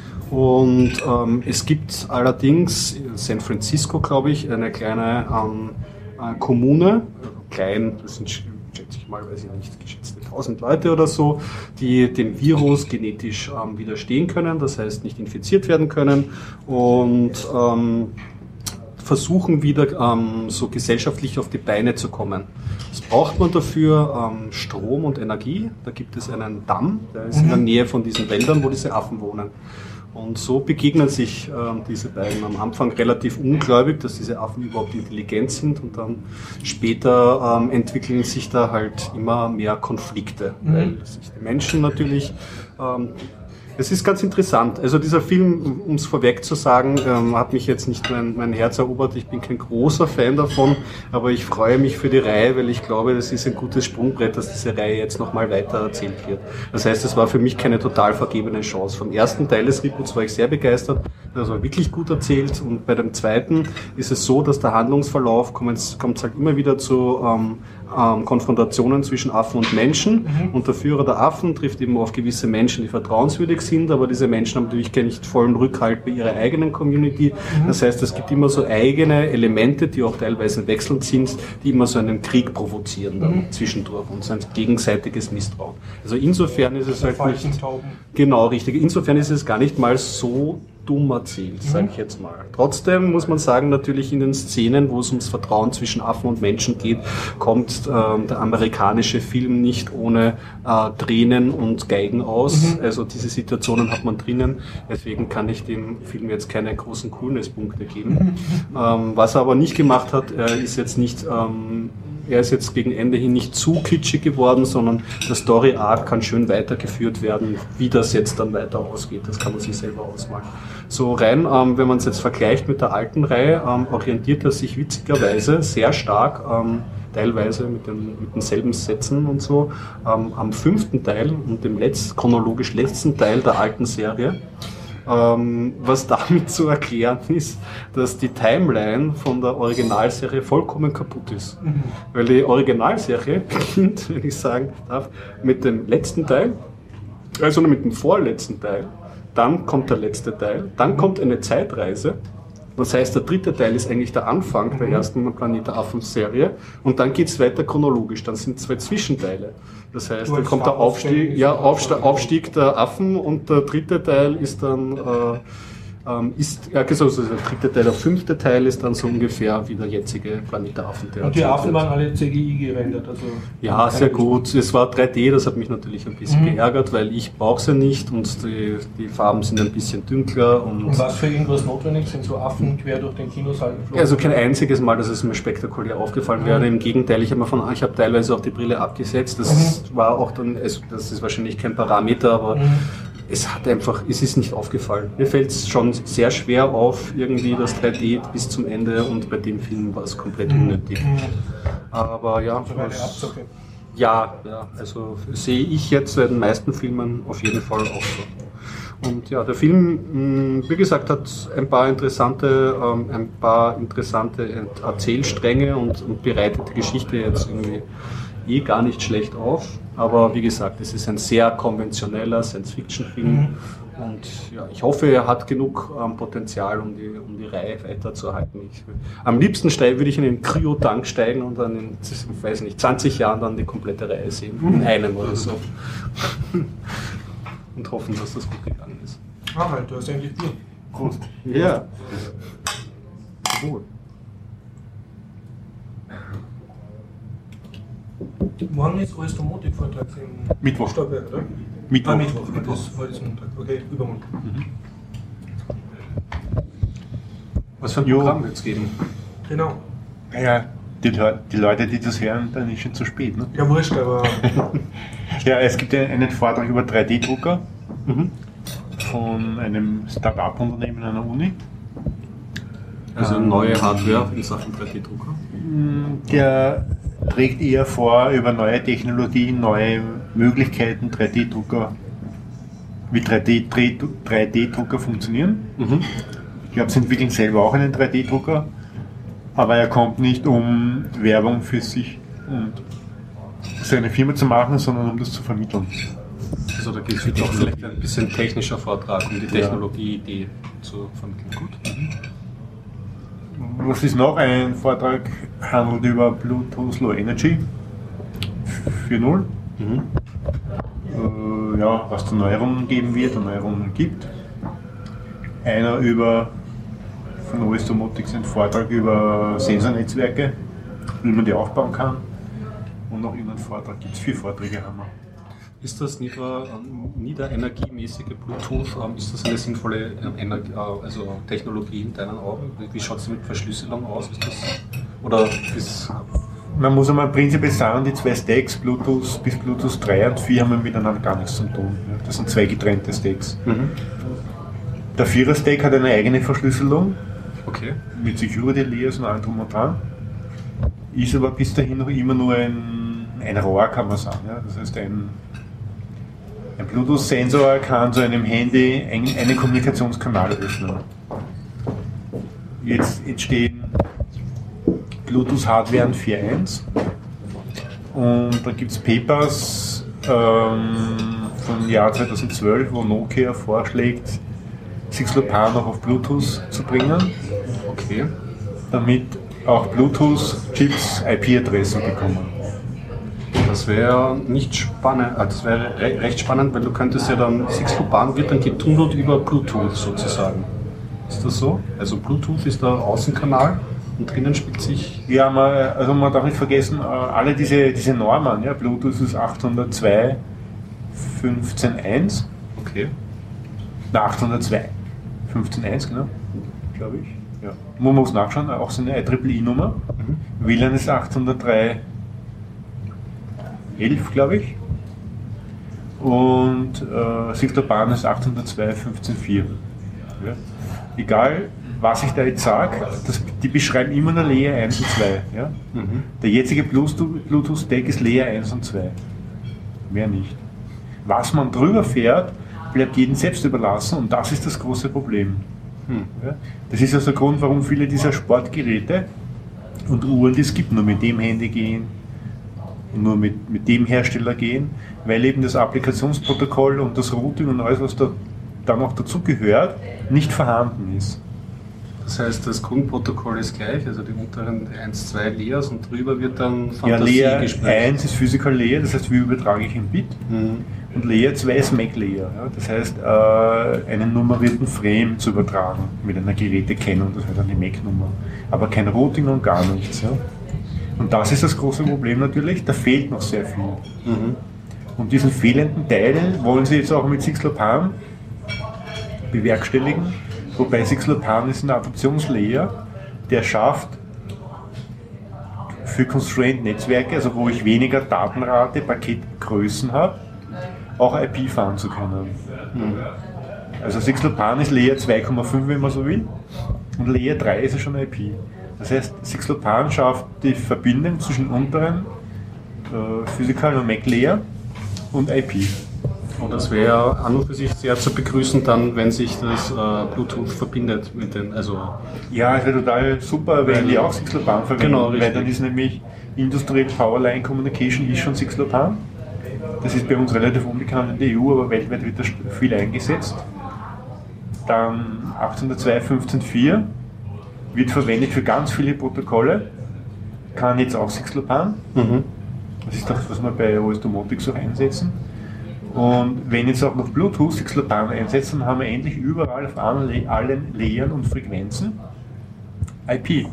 Und ähm, es gibt allerdings in San Francisco, glaube ich, eine kleine ähm, äh, Kommune, klein, das sind, schätze ich mal, weiß ich nicht, geschätzte tausend Leute oder so, die dem Virus genetisch ähm, widerstehen können, das heißt nicht infiziert werden können und ähm, versuchen wieder ähm, so gesellschaftlich auf die Beine zu kommen. Was braucht man dafür? Ähm, Strom und Energie. Da gibt es einen Damm, der ist in der Nähe von diesen Wäldern, wo diese Affen wohnen. Und so begegnen sich ähm, diese beiden am Anfang relativ ungläubig, dass diese Affen überhaupt intelligent sind, und dann später ähm, entwickeln sich da halt immer mehr Konflikte, mhm. weil sich die Menschen natürlich ähm, es ist ganz interessant. Also dieser Film, um es vorweg zu sagen, ähm, hat mich jetzt nicht mein, mein Herz erobert. Ich bin kein großer Fan davon, aber ich freue mich für die Reihe, weil ich glaube, das ist ein gutes Sprungbrett, dass diese Reihe jetzt nochmal weiter erzählt wird. Das heißt, es war für mich keine total vergebene Chance. Vom ersten Teil des Reboots war ich sehr begeistert. Das war wirklich gut erzählt, und bei dem zweiten ist es so, dass der Handlungsverlauf kommt es halt immer wieder zu ähm, ähm, Konfrontationen zwischen Affen und Menschen, mhm. und der Führer der Affen trifft eben auf gewisse Menschen, die vertrauenswürdig sind, aber diese Menschen haben natürlich nicht vollen Rückhalt bei ihrer eigenen Community. Mhm. Das heißt, es gibt immer so eigene Elemente, die auch teilweise wechselnd sind, die immer so einen Krieg provozieren dann mhm. zwischendurch, und so ein gegenseitiges Misstrauen. Also insofern ist es halt nicht... Genau, richtig. Insofern ist es gar nicht mal so dumm erzählt, sage ich jetzt mal. Trotzdem muss man sagen, natürlich in den Szenen, wo es ums Vertrauen zwischen Affen und Menschen geht, kommt äh, der amerikanische Film nicht ohne äh, Tränen und Geigen aus. Mhm. Also diese Situationen hat man drinnen. Deswegen kann ich dem Film jetzt keine großen Coolness-Punkte geben. Mhm. Ähm, was er aber nicht gemacht hat, äh, ist jetzt nicht... Ähm, Er ist jetzt gegen Ende hin nicht zu kitschig geworden, sondern der Story-Arc kann schön weitergeführt werden. Wie das jetzt dann weiter ausgeht, das kann man sich selber ausmalen. So rein, ähm, wenn man es jetzt vergleicht mit der alten Reihe, ähm, orientiert er sich witzigerweise sehr stark, ähm, teilweise mit, den, mit denselben Sätzen und so, ähm, am fünften Teil und dem letzt, chronologisch letzten Teil der alten Serie. Ähm, was damit zu erklären ist, dass die Timeline von der Originalserie vollkommen kaputt ist. Mhm. Weil die Originalserie beginnt, wenn ich sagen darf, mit dem letzten Teil, also mit dem vorletzten Teil, dann kommt der letzte Teil, dann kommt eine Zeitreise. Das heißt, der dritte Teil ist eigentlich der Anfang mhm. der ersten Planet der Affen-Serie, und dann geht es weiter chronologisch, dann sind zwei Zwischenteile. Das heißt, dann kommt der Aufstieg, ja, Aufstieg, Aufstieg der Affen, und der dritte Teil ist dann äh, ähm, ist, ja, also der dritte Teil, der fünfte Teil ist dann so ungefähr wie der jetzige Planet der Affen. Der und die Affen waren alle C G I gerendert? Also ja, sehr gut. Es war drei D, das hat mich natürlich ein bisschen mhm. geärgert, weil ich brauche sie nicht und die, die Farben sind ein bisschen dünkler. Und, und was für irgendwas notwendig? Sind so Affen quer durch den Kinosaal geflogen? Also kein einziges Mal, dass es mir spektakulär aufgefallen mhm. wäre. Im Gegenteil, ich habe mir von, ich habe teilweise auch die Brille abgesetzt. Das mhm. war auch dann, also das ist wahrscheinlich kein Parameter, aber mhm. es hat einfach, es ist nicht aufgefallen. Mir fällt es schon sehr schwer auf, irgendwie das drei D bis zum Ende, und bei dem Film war es komplett unnötig. Mhm. Aber ja, was, ja, ja, also sehe ich jetzt bei den meisten Filmen auf jeden Fall auch so. Und ja, der Film, wie gesagt, hat ein paar interessante, ähm, ein paar interessante Erzählstränge und, und bereitet die Geschichte jetzt irgendwie eh gar nicht schlecht auf. Aber wie gesagt, es ist ein sehr konventioneller Science-Fiction-Film. Mhm. Und ja, ich hoffe, er hat genug ähm, Potenzial, um die, um die Reihe weiterzuhalten. Ich, am liebsten steig, würde ich in den Kryo-Tank steigen und dann in, ich weiß nicht, zwanzig Jahren dann die komplette Reihe sehen. Mhm. In einem oder so. Und hoffen, dass das gut gegangen ist. Ah, halt, du hast eigentlich Bier. Prost. Ja. Cool. Morgen ist Oestomotik-Vortrag im Mittwoch. Stockwerk, oder? Mittwoch. Ah, Mittwoch. Mittwoch. Das, heute ist Montag. Okay, übermorgen. Mhm. Was für ein Programm wird es geben? Genau. Naja, die, die Leute, die das hören, dann ist schon zu spät. Ne? Ja, wurscht, aber... ja, es gibt einen Vortrag über drei D-Drucker mhm. von einem Start-up-Unternehmen an der Uni. Also ähm, neue Hardware in Sachen drei D-Drucker? Der trägt eher vor über neue Technologien, neue Möglichkeiten, drei D-Drucker, wie drei D-Drucker funktionieren. Mhm. Ich glaube, sie entwickeln selber auch einen drei D-Drucker, aber er kommt nicht, um Werbung für sich und seine Firma zu machen, sondern um das zu vermitteln. Also da geht es doch vielleicht ein bisschen technischer Vortrag, um die Technologie-Idee zu vermitteln. Gut. Mhm. Was ist noch? Ein Vortrag handelt über Bluetooth Low Energy vier Punkt null. Mhm. Äh, ja, was da Neuerungen geben wird und Neuerungen gibt. Einer über von Oestomotics ein Vortrag über Sensornetzwerke, wie man die aufbauen kann. Und noch irgendeinen Vortrag gibt es. Vier Vorträge haben wir. Ist das nieder, niederenergiemäßige Bluetooth, ist das eine sinnvolle Energie, also Technologie in deinen Augen? Wie schaut es mit Verschlüsselung aus? Ist das, oder ist man muss einmal prinzipiell sagen, die zwei Stacks, Bluetooth bis Bluetooth drei und vier, haben miteinander gar nichts zu tun. Das sind zwei getrennte Stacks. Mhm. Der Vierer-Stack hat eine eigene Verschlüsselung, okay, mit Security Layers und allem drum und dran. Ist aber bis dahin noch immer nur ein, ein Rohr, kann man sagen. Ja? Das heißt, ein, ein Bluetooth-Sensor kann zu einem Handy ein, einen Kommunikationskanal öffnen. Jetzt, jetzt stehen Bluetooth-Hardware vier Punkt eins und da gibt es Papers ähm, vom Jahr zweitausendzwölf, wo Nokia vorschlägt, six Low Power noch auf Bluetooth zu bringen, okay, damit auch Bluetooth-Chips I P-Adressen bekommen. Das wäre nicht spannend, das wäre re recht spannend, weil du könntest ja dann, six Low Power wird dann getunnelt über Bluetooth sozusagen. Ist das so? Also Bluetooth ist der Außenkanal und drinnen spielt sich... Ja, man, also man darf nicht vergessen, alle diese, diese Normen, ja, Bluetooth ist achthundertzwei Punkt fünfzehn Punkt eins. Okay. Na, achthundertzwei Punkt fünfzehn Punkt eins, genau, glaube ich. Ja. Man muss nachschauen, auch so eine I E E E-Nummer. Mhm. W L A N ist achthundertdrei Punkt elf, glaube ich. Und äh, six Low Power ist achthundertzwei Punkt fünfzehn Punkt vier. Ja. Egal, was ich da jetzt sage, die beschreiben immer nur Layer eins und zwei. Ja? Mhm. Der jetzige Bluetooth-Stack ist Layer eins und zwei. Mehr nicht. Was man drüber fährt, bleibt jedem selbst überlassen und das ist das große Problem. Mhm. Ja? Das ist also der Grund, warum viele dieser Sportgeräte und Uhren, die es gibt, nur mit dem Handy gehen, nur mit, mit dem Hersteller gehen, weil eben das Applikationsprotokoll und das Routing und alles, was da dann noch dazugehört, nicht vorhanden ist. Das heißt, das Grundprotokoll ist gleich, also die unteren eins, zwei Layers und drüber wird dann Fantasie ja, Layer gesprochen. eins ist Physical Layer, das heißt, wie übertrage ich ein Bit. Mhm. Und Layer zwei ist Mac Layer. Ja? Das heißt, äh, einen nummerierten Frame zu übertragen mit einer Gerätekennung, das wäre dann die Mac-Nummer. Aber kein Routing und gar nichts. Ja? Und das ist das große Problem natürlich, da fehlt noch sehr viel. Mhm. Und diesen fehlenden Teil wollen sie jetzt auch mit Sixlopan bewerkstelligen, wobei Sixlopan ist ein Adaptionslayer, der schafft, für Constraint-Netzwerke, also wo ich weniger Datenrate, Paketgrößen habe, auch I P fahren zu können. Mhm. Also Sixlopan ist Layer zwei Komma fünf, wenn man so will, und Layer drei ist ja schon I P. Das heißt, Sixlopan schafft die Verbindung zwischen unteren äh, Physical und Mac Layer und I P. Und das wäre an und für sich sehr zu begrüßen dann, wenn sich das äh, Bluetooth verbindet mit den, also... Ja, es wäre total super, wenn die auch Sixlopan verwenden, genau, weil dann ist nämlich Industrial Powerline Communication ist schon Sixlopan. Das ist bei uns relativ unbekannt in der E U, aber weltweit wird das viel eingesetzt. Dann achthundertzwei Punkt fünfzehn Punkt vier wird verwendet für ganz viele Protokolle, kann jetzt auch Sixlopan. Mhm. Das ist das, was wir bei O S Domotics auch einsetzen. Und wenn jetzt auch noch Bluetooth Sixlopan einsetzen, dann haben wir endlich überall auf allen, allen Layern und Frequenzen I P.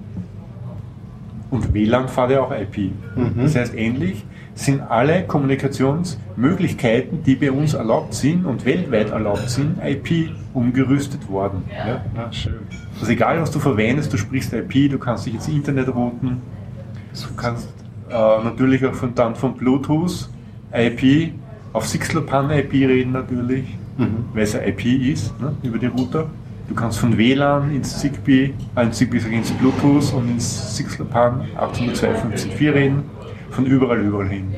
Und W L A N fährt ja auch I P. Mhm. Das heißt, endlich sind alle Kommunikationsmöglichkeiten, die bei uns erlaubt sind und weltweit erlaubt sind, I P umgerüstet worden. Ja? Ja, schön. Also egal, was du verwendest, du sprichst I P, du kannst dich ins Internet routen, du kannst äh, natürlich auch von, dann von Bluetooth I P auf Sixlopan I P reden natürlich, mhm. weil es ein I P ist, ne, über die Router. Du kannst von W L A N ins Zigbee, äh, ins, Zigbee, ins Bluetooth und ins Sixlopan achthundertzwei Punkt fünfzehn Punkt vier reden, von überall, überall hin.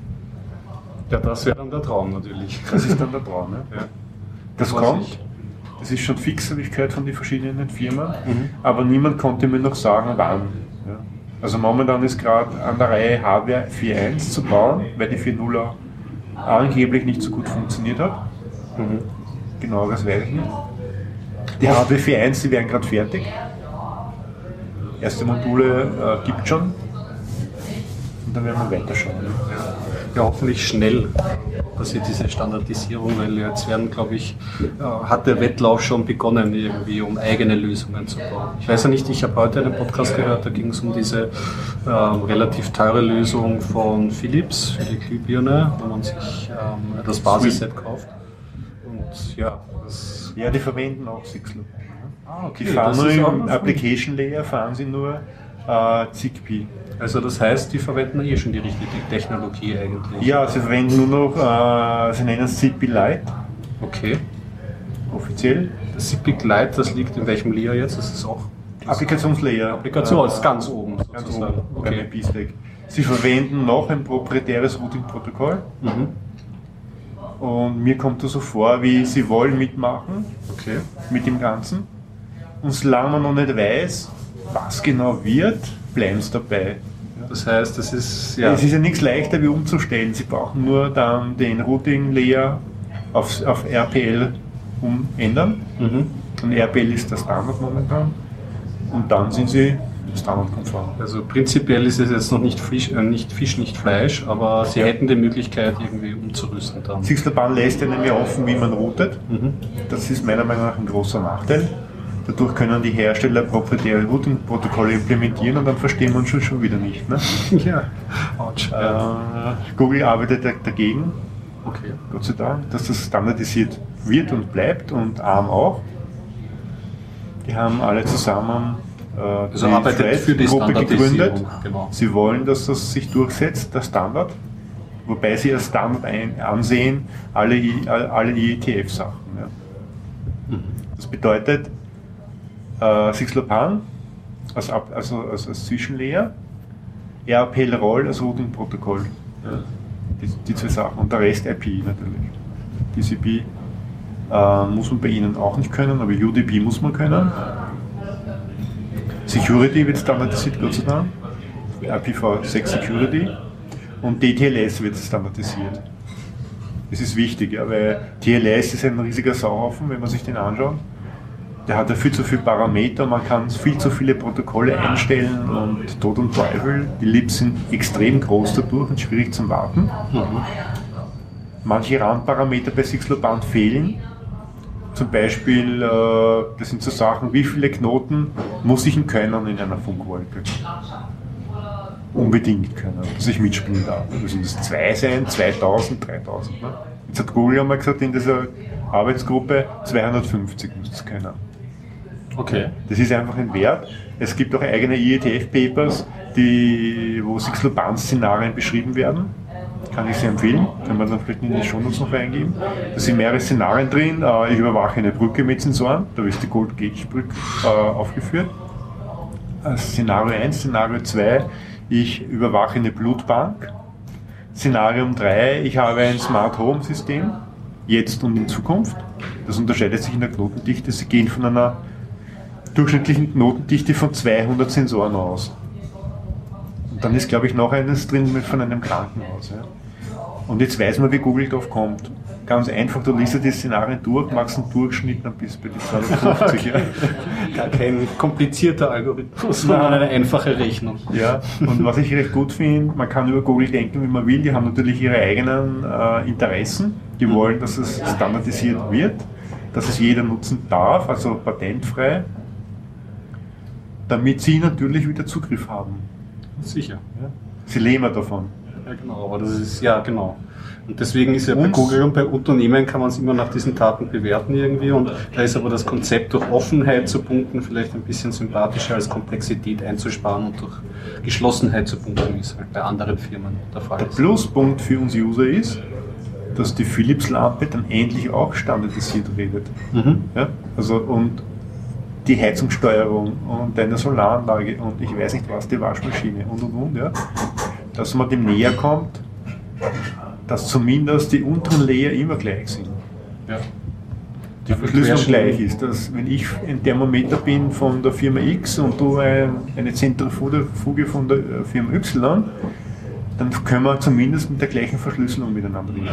Ja, das wäre dann der Traum natürlich. Das ist dann der Traum, ne? Ja. Das Was kommt, ich. das ist schon fix, habe ich gehört von den verschiedenen Firmen, mhm. aber niemand konnte mir noch sagen, wann. Ja. Also momentan ist gerade an der Reihe Hardware vier Punkt eins zu bauen, weil die vier Punkt nuller angeblich nicht so gut funktioniert hat. Mhm. Genau, das weiß ich nicht. Die Hardware vier Punkt eins, die werden gerade fertig. Erste Module äh, gibt es schon. Und dann werden wir weiterschauen. Ja, hoffentlich schnell passiert diese Standardisierung, weil jetzt werden, glaube ich, äh, hat der Wettlauf schon begonnen, irgendwie, um eigene Lösungen zu bauen. Ich weiß ja nicht, ich habe heute einen Podcast gehört, da ging es um diese äh, relativ teure Lösung von Philips für die Glühbirne, wo man sich ähm, das Basisset kauft. Und ja, das ja, die verwenden auch Sixlopan. Ah, okay. Die fahren nur im Application Layer, fahren sie nur äh, Zigbee. Also das heißt, die verwenden eh schon die richtige Technologie eigentlich? Ja, sie verwenden nur noch, äh, sie nennen es Zigbee Lite. Okay. Offiziell. Das Zigbee Lite, das liegt in welchem Layer jetzt? Das ist auch... Applikationslayer. Applikation, das ist ganz oben ganz sozusagen. oben, okay. beim I P-Stack. Sie verwenden noch ein proprietäres Routing-Protokoll. Mhm. Und mir kommt das so vor, wie sie wollen mitmachen, okay, mit dem Ganzen. Und solange man noch nicht weiß, was genau wird, bleiben sie dabei. Das heißt, das ist ja... Es ist ja nichts leichter wie umzustellen. Sie brauchen nur dann den Routing-Layer auf, auf R P L umändern. Mhm. Und R P L ist der Standard momentan. Und dann sind sie standardkonform. Also prinzipiell ist es jetzt noch nicht Fisch, äh, nicht, Fisch, nicht Fleisch, aber sie hätten die Möglichkeit, irgendwie umzurüsten dann. Sixlopan lässt ja nämlich offen, wie man routet. Mhm. Das ist meiner Meinung nach ein großer Nachteil. Dadurch können die Hersteller proprietäre Routing-Protokolle implementieren und dann verstehen wir uns schon, schon wieder nicht. Ne? Ja. Ouch. Äh, Google arbeitet dagegen, okay, Gott sei Dank, dass das standardisiert wird und bleibt, und ARM auch. Die haben alle zusammen äh, also die arbeitet für die Gruppe gegründet. Genau. Sie wollen, dass das sich durchsetzt, der Standard, wobei sie als Standard ein, ansehen alle, I, alle I E T F-Sachen. Ja. Mhm. Das bedeutet, äh, Sixlopan als, also als, als Zwischenlayer, R P L-Roll als Routing-Protokoll. Ja. Die, die zwei Sachen. Und der Rest I P natürlich. T C P äh, muss man bei Ihnen auch nicht können, aber U D P muss man können. Security wird standardisiert, Gott sei Dank. I P v sechs Security. Und D T L S wird standardisiert. Das ist wichtig, ja, weil T L S ist ein riesiger Sauhaufen, wenn man sich den anschaut. Der hat ja viel zu viele Parameter, man kann viel zu viele Protokolle einstellen und Tod und Teufel. Die Libs sind extrem groß dadurch und schwierig zum Warten. Mhm. manche Randparameter bei Sixloban fehlen. Zum Beispiel, äh, das sind so Sachen, wie viele Knoten muss ich können in einer Funkwolke? Unbedingt können, dass ich mitspielen darf. Müssen das zwei sein, zweitausend, dreitausend. Ne? Jetzt hat Google einmal gesagt, in dieser Arbeitsgruppe zweihundertfünfzig muss es können. Okay. Das ist einfach ein Wert. Es gibt auch eigene I E T F-Papers, die, wo Sixloban-Szenarien beschrieben werden. Kann ich sehr empfehlen, kann man dann vielleicht in die Shownotes noch reingeben. Da sind mehrere Szenarien drin. Ich überwache eine Brücke mit Sensoren, da ist die Gold-Gage-Brücke aufgeführt. Szenario eins, Szenario zwei, ich überwache eine Blutbank. Szenario drei, ich habe ein Smart Home System, jetzt und in Zukunft. Das unterscheidet sich in der Knotendichte. Sie gehen von einer durchschnittlichen Knotendichte von zweihundert Sensoren aus. Und dann ist, glaube ich, noch eines drin mit von einem Krankenhaus. Ja. Und jetzt weiß man, wie Google drauf kommt. Ganz einfach, du liest die Szenarien durch, machst einen Durchschnitt, dann bist du bei die zweihundertfünfzig. Ja. Gar kein komplizierter Algorithmus, sondern eine einfache Rechnung. Ja, und was ich recht gut finde, man kann über Google denken, wie man will. Die haben natürlich ihre eigenen äh, Interessen. Die wollen, dass es standardisiert wird, dass es jeder nutzen darf, also patentfrei, damit sie natürlich wieder Zugriff haben. Sicher. Ja. Sie leben davon. Ja, genau, aber das ist, ja, genau. Und deswegen ist ja bei Google und bei Unternehmen kann man es immer nach diesen Daten bewerten irgendwie und da ist aber das Konzept durch Offenheit zu punkten vielleicht ein bisschen sympathischer als Komplexität einzusparen und durch Geschlossenheit zu punkten, wie es halt bei anderen Firmen der Fall ist. Der Pluspunkt für uns User ist, dass die Philips-Lampe dann endlich auch standardisiert redet. Mhm. Ja? Also und die Heizungssteuerung und deine Solaranlage und ich weiß nicht was, die Waschmaschine und und und, ja? Dass man dem näher kommt, dass zumindest die unteren Layer immer gleich sind. Ja. Die Verschlüsselung gleich ist, dass wenn ich ein Thermometer bin von der Firma X und du ein, eine Zentrifuge von der Firma Y, dann können wir zumindest mit der gleichen Verschlüsselung miteinander reden.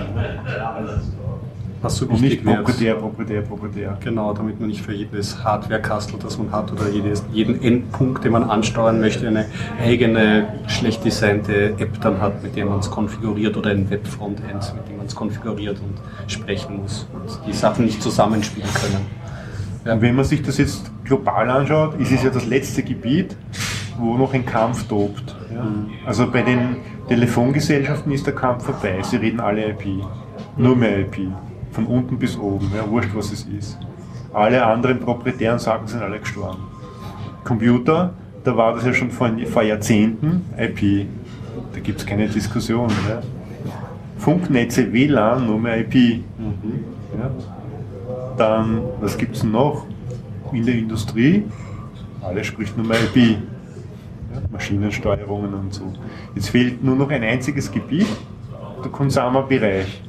Was so und nicht wird. proprietär, proprietär, proprietär. Genau, damit man nicht für jedes Hardware-Kastel, das man hat, oder jedes, jeden Endpunkt, den man ansteuern möchte, eine eigene, schlecht designte App dann hat, mit der man es konfiguriert, oder ein Web-Frontend, mit dem man es konfiguriert und sprechen muss und die Sachen nicht zusammenspielen können. Ja. Und wenn man sich das jetzt global anschaut, ist es ja das letzte Gebiet, wo noch ein Kampf tobt. Ja? Mhm. Also bei den Telefongesellschaften ist der Kampf vorbei, sie reden alle I P, nur mehr I P. Von unten bis oben, ja, wurscht was es ist. Alle anderen proprietären Sachen sind alle gestorben. Computer, da war das ja schon vor, vor Jahrzehnten I P. Da gibt es keine Diskussion. Ja. Funknetze, W L A N, nur mehr I P. Mhm. Ja. Dann, was gibt es noch? In der Industrie, alles spricht nur mehr I P. Ja, Maschinensteuerungen und so. Jetzt fehlt nur noch ein einziges Gebiet, der Konsumerbereich.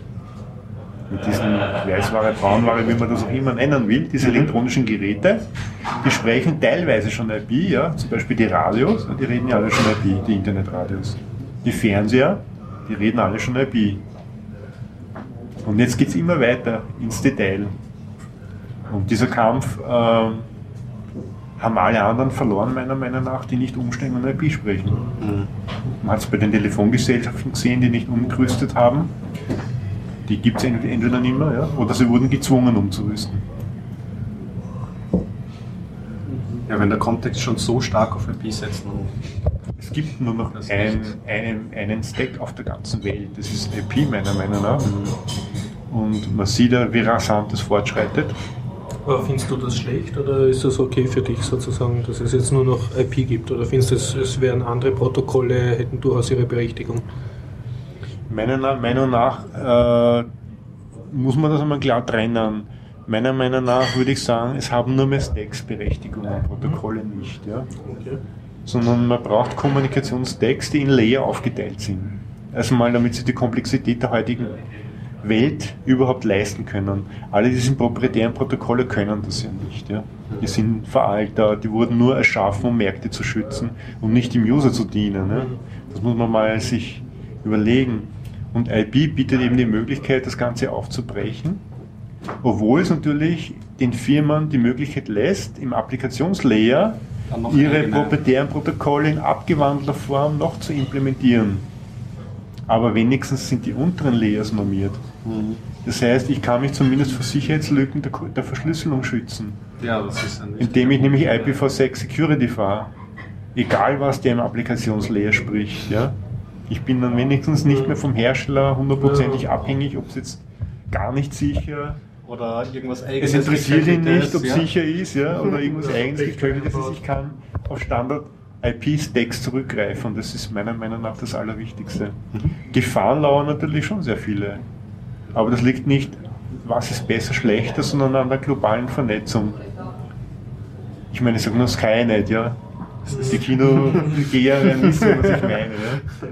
Mit diesen Weißware, Braunware, wie man das auch immer nennen will, diese elektronischen Geräte, die sprechen teilweise schon I P, ja, zum Beispiel die Radios, die reden ja alle schon I P, die Internetradios. Die Fernseher, die reden alle schon I P. Und jetzt geht es immer weiter ins Detail. Und dieser Kampf äh, haben alle anderen verloren, meiner Meinung nach, die nicht umsteigen und I P sprechen. Mhm. Man hat es bei den Telefongesellschaften gesehen, die nicht umgerüstet haben. Die gibt es entweder nicht mehr, ja, oder sie wurden gezwungen umzurüsten. Ja, wenn der Kontext schon so stark auf I P setzt. Es gibt nur noch ein, einen, einen Stack auf der ganzen Welt, das ist I P meiner Meinung nach. Mhm. Und man sieht ja, wie rasant das fortschreitet. Aber findest du das schlecht oder ist das okay für dich sozusagen, dass es jetzt nur noch I P gibt? Oder findest du, es, es wären andere Protokolle, hätten durchaus ihre Berechtigung? Meiner Meinung nach äh, muss man das einmal klar trennen. Meiner Meinung nach würde ich sagen, es haben nur mehr Stacks Berechtigung, Protokolle nicht. Ja? Okay. Sondern man braucht Kommunikationsstacks, die in Layer aufgeteilt sind. Also mal, damit sie die Komplexität der heutigen Welt überhaupt leisten können. Alle diese proprietären Protokolle können das ja nicht. Ja? Die sind veraltet, die wurden nur erschaffen, um Märkte zu schützen und nicht dem User zu dienen. Ja? Das muss man mal sich überlegen. Und I P bietet eben die Möglichkeit, das Ganze aufzubrechen, obwohl es natürlich den Firmen die Möglichkeit lässt, im Applikationslayer ihre proprietären Protokolle in abgewandelter Form noch zu implementieren. aber wenigstens sind die unteren Layers normiert. Mhm. Das heißt, ich kann mich zumindest vor Sicherheitslücken der, der Verschlüsselung schützen. Ja, das ist ein indem ich nämlich I P v six Security fahre. Egal, was der im Applikationslayer spricht. Ja? Ich bin dann wenigstens nicht mehr vom Hersteller hundertprozentig ja. abhängig, ob es jetzt gar nicht sicher oder irgendwas eigenes. Es interessiert ihn nicht, ob es ja? sicher ist, ja? oder irgendwas ja, eigenes geköltet ist. Ich kann auf Standard-I P-Stacks zurückgreifen und das ist meiner Meinung nach das Allerwichtigste. Mhm. Gefahren lauern natürlich schon sehr viele. Aber das liegt nicht, was ist besser, schlechter, sondern an der globalen Vernetzung. Ich meine, ich sage nur Skynet, ja. Die Kinogeherin wissen, was ich meine. Ja.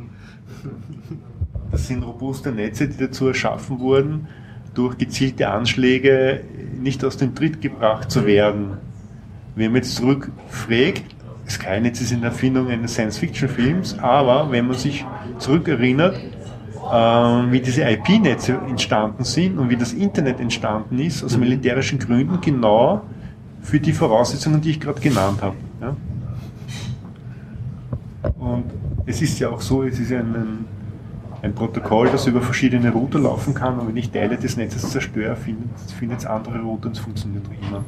Das sind robuste Netze, die dazu erschaffen wurden, durch gezielte Anschläge nicht aus dem Tritt gebracht zu werden. Wenn man jetzt zurückfragt, Skynet ist eine Erfindung eines Science-Fiction-Films, aber wenn man sich zurückerinnert, wie diese I P-Netze entstanden sind und wie das Internet entstanden ist, aus militärischen Gründen, genau für die Voraussetzungen, die ich gerade genannt habe. Ja? Und es ist ja auch so, es ist ein, ein Protokoll, das über verschiedene Router laufen kann und wenn ich Teile des Netzes zerstöre, findet es andere Router und es funktioniert noch immer.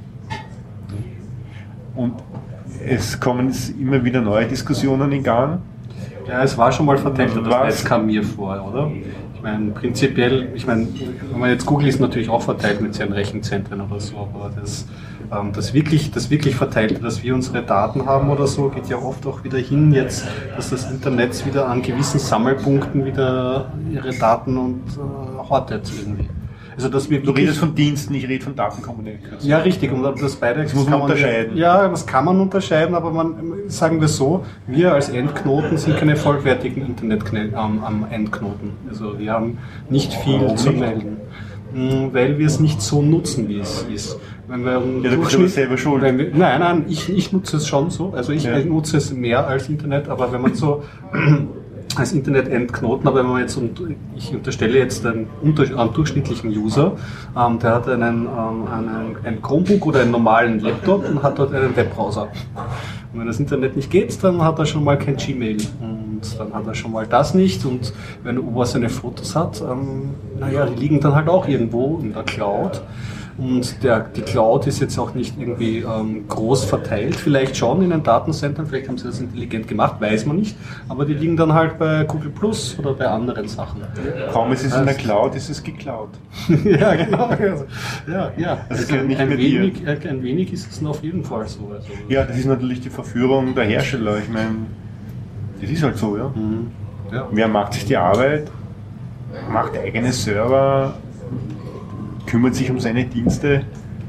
Und es kommen immer wieder neue Diskussionen in Gang. Ja, es war schon mal verteilt, das Netz kam mir vor, oder? Ich meine, prinzipiell, ich meine, wenn man jetzt Google ist natürlich auch verteilt mit seinen Rechenzentren oder so, aber das, ähm, das wirklich, das wirklich Verteilte, dass wir unsere Daten haben oder so, geht ja oft auch wieder hin jetzt, dass das Internet wieder an gewissen Sammelpunkten wieder ihre Daten und äh, hortet irgendwie. Also, dass wir du redest von Diensten, ich rede von Datenkommunikation. Ja, richtig. Und das beide das muss man unterscheiden. Ja, das kann man unterscheiden, aber man, sagen wir so, wir als Endknoten sind keine vollwertigen Internet-Endknoten. Also wir haben nicht viel Warum zu melden. Nicht? Weil wir es nicht so nutzen, wie es ist. Wenn wir ja, du bist aber selber schuld. Wir, nein, nein, ich, ich nutze es schon so. Also ich ja. nutze es mehr als Internet, aber wenn man so als Internet-Endknoten, aber wenn man jetzt, und ich unterstelle jetzt einen, einen durchschnittlichen User, ähm, der hat einen, ähm, einen, ein Chromebook oder einen normalen Laptop und hat dort einen Webbrowser. Und wenn das Internet nicht geht, dann hat er schon mal kein Gmail und dann hat er schon mal das nicht und wenn Uwe seine Fotos hat, ähm, naja, die liegen dann halt auch irgendwo in der Cloud. Und der, die Cloud ist jetzt auch nicht irgendwie ähm, groß verteilt, vielleicht schon in den Datencentern, vielleicht haben sie das intelligent gemacht, weiß man nicht, aber die liegen dann halt bei Google Plus oder bei anderen Sachen. Kaum ist es in der Cloud, ist es geklaut. Ja, genau. Also, ja, ja. Also also nicht ein, mit wenig, dir. ein wenig ist es auf jeden Fall so. Also, ja, das ist natürlich die Verführung der Hersteller. Ich meine, das ist halt so, ja. Mhm. Ja. Wer macht sich die Arbeit, macht eigene Server, kümmert sich um seine Dienste,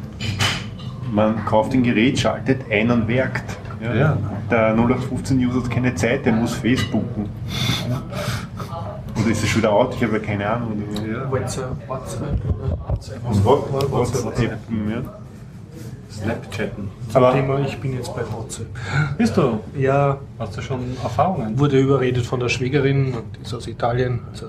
man kauft ein Gerät, schaltet ein und werkt. Ja. Ja. Der null acht fünfzehn User hat keine Zeit, der muss Facebooken. Oder ist es schon wieder out? Ich habe ja keine Ahnung. Ja. WhatsApp. WhatsApp. WhatsApp. WhatsApp. Snapchatten. Aber Thema, ich bin jetzt bei WhatsApp. Bist du? Ja. Hast du schon Erfahrungen? Wurde überredet von der Schwägerin, die ist aus Italien. Also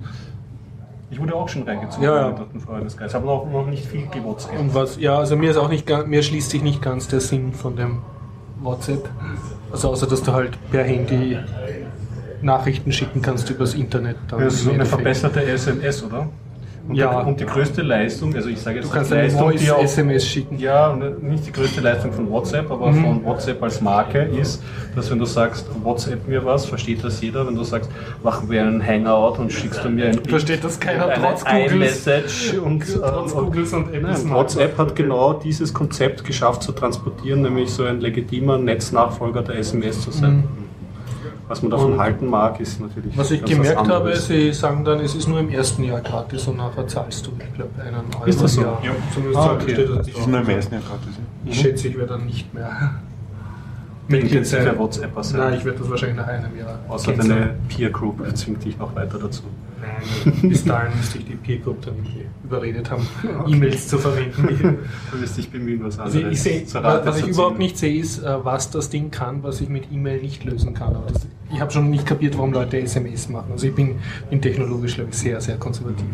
ich wurde auch schon reingezogen ja, ja. in den Freundeskreis, aber auch noch nicht viel gewotzt. Und was, ja, also mir ist auch nicht, mir schließt sich nicht ganz der Sinn von dem WhatsApp. Also außer, dass du halt per Handy Nachrichten schicken kannst übers Internet. Dann das ist so eine verbesserte S M S, oder? Und, ja. die, und die größte Leistung, also ich sage jetzt du kannst die Leistung, die auch, S M S schicken. Ja, nicht die größte Leistung von WhatsApp, aber mhm. von WhatsApp als Marke ist, dass wenn du sagst, WhatsApp mir was, versteht das jeder. Wenn du sagst, machen wir einen Hangout und schickst du mir ein versteht das keiner eine, trotz ein Message und, trotz äh, Googles und nein, WhatsApp hat genau dieses Konzept geschafft zu transportieren, nämlich so ein legitimer Netznachfolger der S M S zu sein. Mhm. Was man davon und halten mag, ist natürlich. Was ich gemerkt habe, sie sagen dann, es ist nur im ersten Jahr gratis und nachher zahlst du, ich glaube, einen Euro. Ist das so? Ja, zumindest ah, okay. steht das. Das ist nur im ersten Jahr gratis. Ja. Ich mhm. schätze, ich werde dann nicht mehr Mitglied sein. WhatsApp sein. Nein, ich werde das wahrscheinlich nach einem Jahr. Außer deine Peer Group zwingt dich noch weiter dazu. Nein, bis dahin müsste ich die Peer Group dann überredet haben, okay. E-Mails zu verwenden. Du wirst dich bemühen, was anderes also ich seh, was ich überhaupt nicht sehe, ist, was das Ding kann, was ich mit E-Mail nicht lösen kann. Aber das, ich habe schon nicht kapiert, warum Leute S M S machen. Also ich bin, bin technologisch, glaube ich, sehr, sehr konservativ.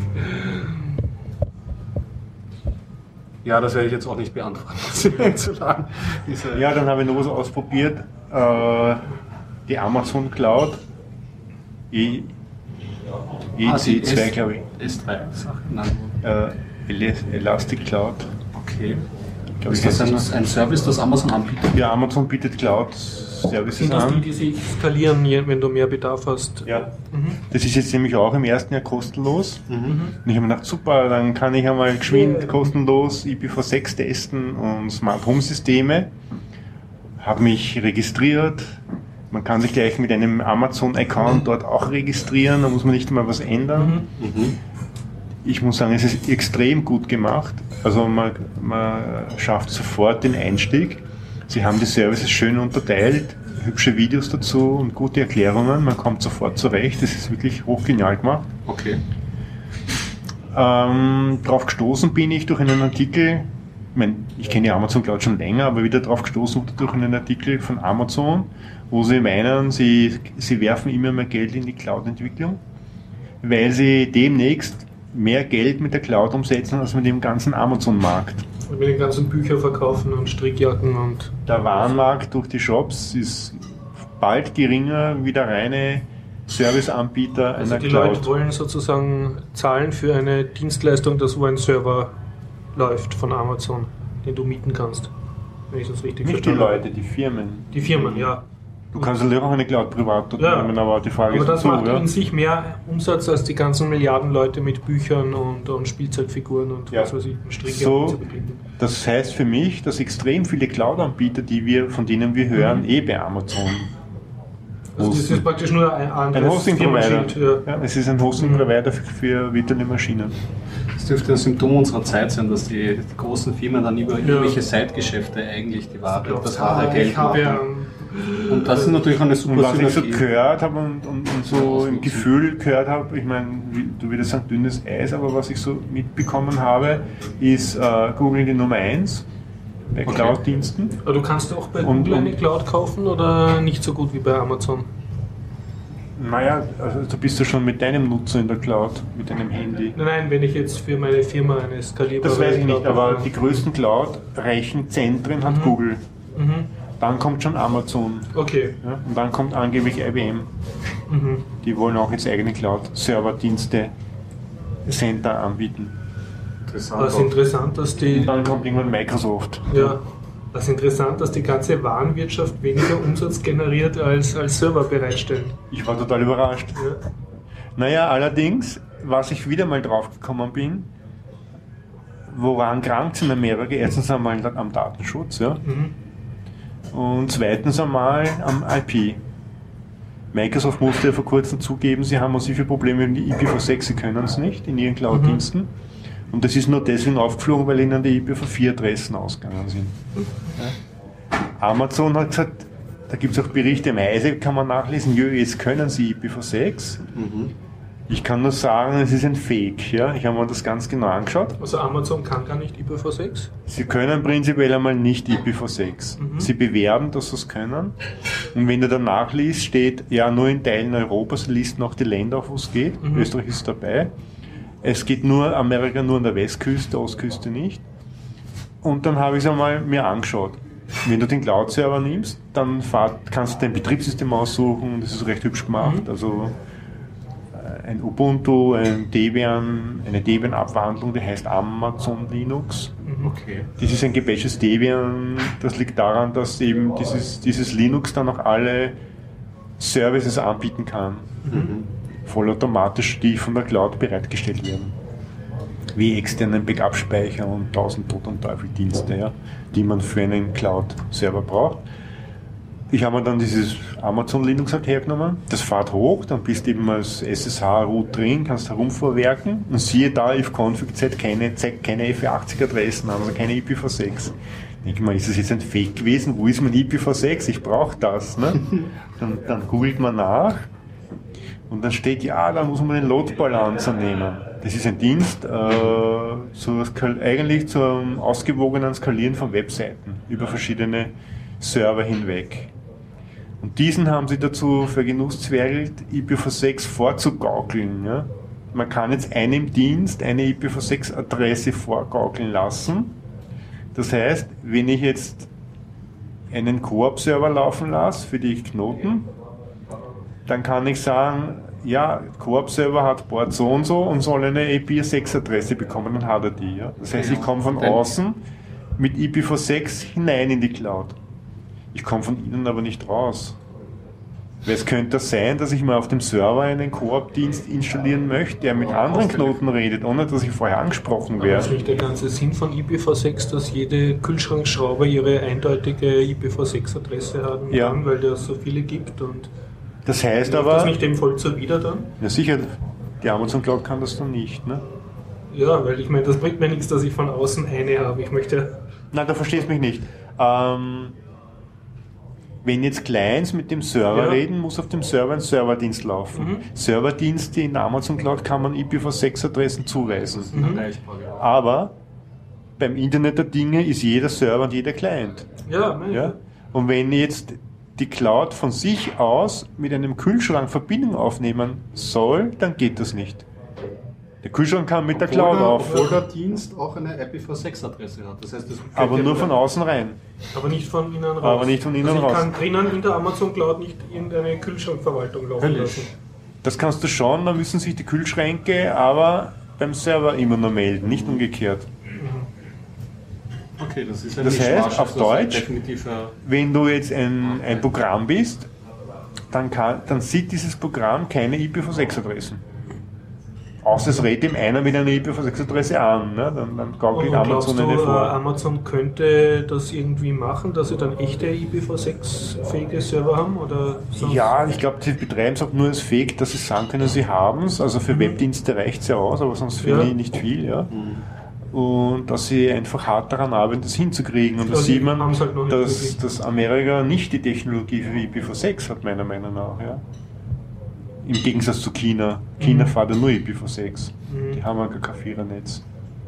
Ja, das werde ich jetzt auch nicht beantworten. zu lang. Ja, dann habe ich noch was ausprobiert. Äh, die Amazon Cloud. Ich, E C zwei, glaube ich. S drei Sachen? Nein. Äh, Elastic Cloud. Okay. Glaub, ist das ein, ein Service, das Amazon anbietet? Ja, Amazon bietet Cloud-Services Sind das an. die, die sich skalieren, wenn du mehr Bedarf hast? Ja. Mhm. Das ist jetzt nämlich auch im ersten Jahr kostenlos. Mhm. Und ich habe mir gedacht, super, dann kann ich einmal geschwind ja. kostenlos I P v sechs testen und Smart Home Systeme. Habe mich registriert. Man kann sich gleich mit einem Amazon-Account mhm. dort auch registrieren, da muss man nicht mal was ändern. Mhm. Mhm. Ich muss sagen, es ist extrem gut gemacht. Also man, man schafft sofort den Einstieg. Sie haben die Services schön unterteilt, hübsche Videos dazu und gute Erklärungen. Man kommt sofort zurecht. Das ist wirklich hochgenial gemacht. Okay. Ähm, drauf gestoßen bin ich durch einen Artikel, ich meine, ich kenne Amazon Cloud schon länger, aber wieder drauf gestoßen durch einen Artikel von Amazon, wo sie meinen, sie, sie werfen immer mehr Geld in die Cloud-Entwicklung, weil sie demnächst mehr Geld mit der Cloud umsetzen als mit dem ganzen Amazon-Markt. Und mit den ganzen Büchern verkaufen und Strickjacken und... Der Warenmarkt durch die Shops ist bald geringer wie der reine Serviceanbieter also einer die Cloud. Die Leute wollen sozusagen zahlen für eine Dienstleistung, dass wo ein Server läuft von Amazon, den du mieten kannst. Wenn ich das richtig Nicht die Leute, die Firmen. Die Firmen, ja. Du kannst natürlich auch eine Cloud privat dort ja. nehmen, aber die Frage aber ist das dazu, macht ja? in sich mehr Umsatz als die ganzen Milliarden Leute mit Büchern und, und Spielzeugfiguren und ja. was weiß ich, Strickjacken so, zu bebieten. Das heißt für mich, dass extrem viele Cloud-Anbieter, die wir, von denen wir hören, mhm. eh bei Amazon. Also das ist praktisch nur ein anderes ein Hosting-Provider. Ja. Ja, es ist ein Hosting-Provider mhm. für, für virtuelle Maschinen. Das dürfte ein Symptom unserer Zeit sein, dass die, die großen Firmen dann über ja. irgendwelche Side-Geschäfte eigentlich die Ware, das wahre Geld machen. Ja. Und das ist natürlich eine super Synergie. Was ich so gehört habe und, und, und so im Gefühl gehört habe, ich meine, du würdest sagen dünnes Eis, aber was ich so mitbekommen habe, ist äh, Google die Nummer eins bei okay. Cloud-Diensten. Aber du kannst auch bei Google eine Cloud kaufen oder nicht so gut wie bei Amazon? Naja, also du bist ja schon mit deinem Nutzer in der Cloud, mit deinem Handy. Nein, nein, wenn ich jetzt für meine Firma eine skalierbare Das weiß ich nicht, Cloud aber habe. die größten Cloud-Rechenzentren hat mhm. Google. Mhm. Dann kommt schon Amazon. Okay. Ja, und dann kommt angeblich I B M. Mhm. Die wollen auch jetzt eigene Cloud-Server-Dienste, Center anbieten. Interessant. Das ist interessant, dass die... Und dann kommt irgendwann Microsoft. Ja. Das ist interessant, dass die ganze Warenwirtschaft weniger Umsatz generiert als, als Server bereitstellen. Ich war total überrascht. Ja. Naja, allerdings, was ich wieder mal drauf gekommen bin, woran krankt es in Amerika? Erstens einmal am Datenschutz, ja. Mhm. Und zweitens einmal am I P. Microsoft musste ja vor kurzem zugeben, sie haben massive Probleme mit I P v sechs, sie können es nicht in ihren Cloud-Diensten. Mhm. Und das ist nur deswegen aufgeflogen, weil ihnen die I P v vier Adressen ausgegangen sind. Ja. Amazon hat gesagt, da gibt es auch Berichte im Eise, kann man nachlesen, jö, jetzt können sie I P v sechs. Mhm. Ich kann nur sagen, es ist ein Fake. Ja? Ich habe mir das ganz genau angeschaut. Also Amazon kann gar nicht I P v sechs? Sie können prinzipiell einmal nicht I P v sechs. Mhm. Sie bewerben, dass sie es können. Und wenn du danach liest, steht, ja, nur in Teilen Europas, liest noch die Länder, auf wo es geht. Mhm. Österreich ist dabei. Es geht nur Amerika nur an der Westküste, Ostküste nicht. Und dann habe ich es einmal mir angeschaut. Wenn du den Cloud-Server nimmst, dann fahrt, kannst du dein Betriebssystem aussuchen. Das ist recht hübsch gemacht. Mhm. Also ein Ubuntu, ein Debian, eine Debian-Abwandlung, die heißt Amazon Linux. Okay. Das ist ein gebashtes Debian. Das liegt daran, dass eben dieses, dieses Linux dann auch alle Services anbieten kann. Mhm. Vollautomatisch, die von der Cloud bereitgestellt werden. Wie externen Backup-Speicher und tausend Tod und Teufel Dienste, ja, die man für einen Cloud-Server braucht. Ich habe mir dann dieses Amazon Linux halt hergenommen, das fährt hoch, dann bist du eben als S S H-Root drin, kannst herumvorwerken und siehe da, ifconfig zeigt keine, zeigt keine F achtzig Adressen an, also keine I P v sechs. Denke ich mal, ist das jetzt ein Fake gewesen? Wo ist mein I P v sechs? Ich brauche das. Ne? Dann, dann googelt man nach und dann steht, ja, da muss man den Load Balancer nehmen. Das ist ein Dienst, äh, zur, eigentlich zum ausgewogenen Skalieren von Webseiten über verschiedene Server hinweg. Und diesen haben sie dazu vergenusszwergelt, I P v sechs vorzugaukeln. Ja? Man kann jetzt einem Dienst eine I P v sechs Adresse vorgaukeln lassen. Das heißt, wenn ich jetzt einen Coop-Server laufen lasse für die Knoten, dann kann ich sagen, ja, Coop-Server hat Port so und so und soll eine I P v sechs Adresse bekommen, dann hat er die. Ja? Das heißt, ich komme von außen mit I P v sechs hinein in die Cloud. Ich komme von innen aber nicht raus. Weil es könnte sein, dass ich mal auf dem Server einen Coop-Dienst installieren möchte, der mit anderen Knoten redet, ohne dass ich vorher angesprochen werde. Aber ist nicht der ganze Sinn von I P v sechs, dass jede Kühlschrankschraube ihre eindeutige I P v sechs Adresse haben ja. kann, weil der so viele gibt? Und das heißt aber... das nicht dem voll zuwider dann? Ja sicher, die Amazon Cloud kann das dann nicht. Ne? Ja, weil ich meine, das bringt mir nichts, dass ich von außen eine habe. Ich möchte... Nein, da verstehst du mich nicht. Ähm... Wenn jetzt Clients mit dem Server ja. reden, muss auf dem Server ein Serverdienst laufen. Mhm. Serverdienste in der Amazon Cloud kann man I P v sechs Adressen zuweisen. Mhm. Aber beim Internet der Dinge ist jeder Server und jeder Client. Ja, ja? Und wenn jetzt die Cloud von sich aus mit einem Kühlschrank Verbindung aufnehmen soll, dann geht das nicht. Der Kühlschrank kann mit obwohl der Cloud der, auf. Obwohl der Dienst auch eine I P v sechs Adresse hat. Das heißt, das aber nur von außen rein. Aber nicht von innen raus. Aber nicht von innen also ich raus. kann drinnen in der Amazon Cloud nicht irgendeine Kühlschrankverwaltung laufen Höllisch. lassen. Das kannst du schon, dann müssen sich die Kühlschränke aber beim Server immer nur melden, nicht umgekehrt. Okay, das ist ein Das heißt, auf Deutsch, definitiv, ja. wenn du jetzt ein, ein Programm bist, dann, kann, dann sieht dieses Programm keine I P v sechs Adressen. Außer es redet ihm einer mit einer I P v sechs Adresse an, ne? dann, dann gaukelt Amazon du, eine vor. Amazon könnte das irgendwie machen, dass sie dann echte I P v sechs-fähige Server haben? Oder sonst? Ja, ich glaube, sie betreiben es auch nur als Fake, dass sie sagen können, sie haben es. Also für mhm. Webdienste reicht es ja aus, aber sonst für ja. die nicht viel. Ja. Mhm. Und dass sie einfach hart daran arbeiten, das hinzukriegen. Und da also sieht man, halt dass, dass Amerika nicht die Technologie für I P v sechs hat, meiner Meinung nach. Ja. Im Gegensatz zu China. China mhm. fährt ja nur I P v sechs. Mhm. Die haben ja kein Vierer-Netz.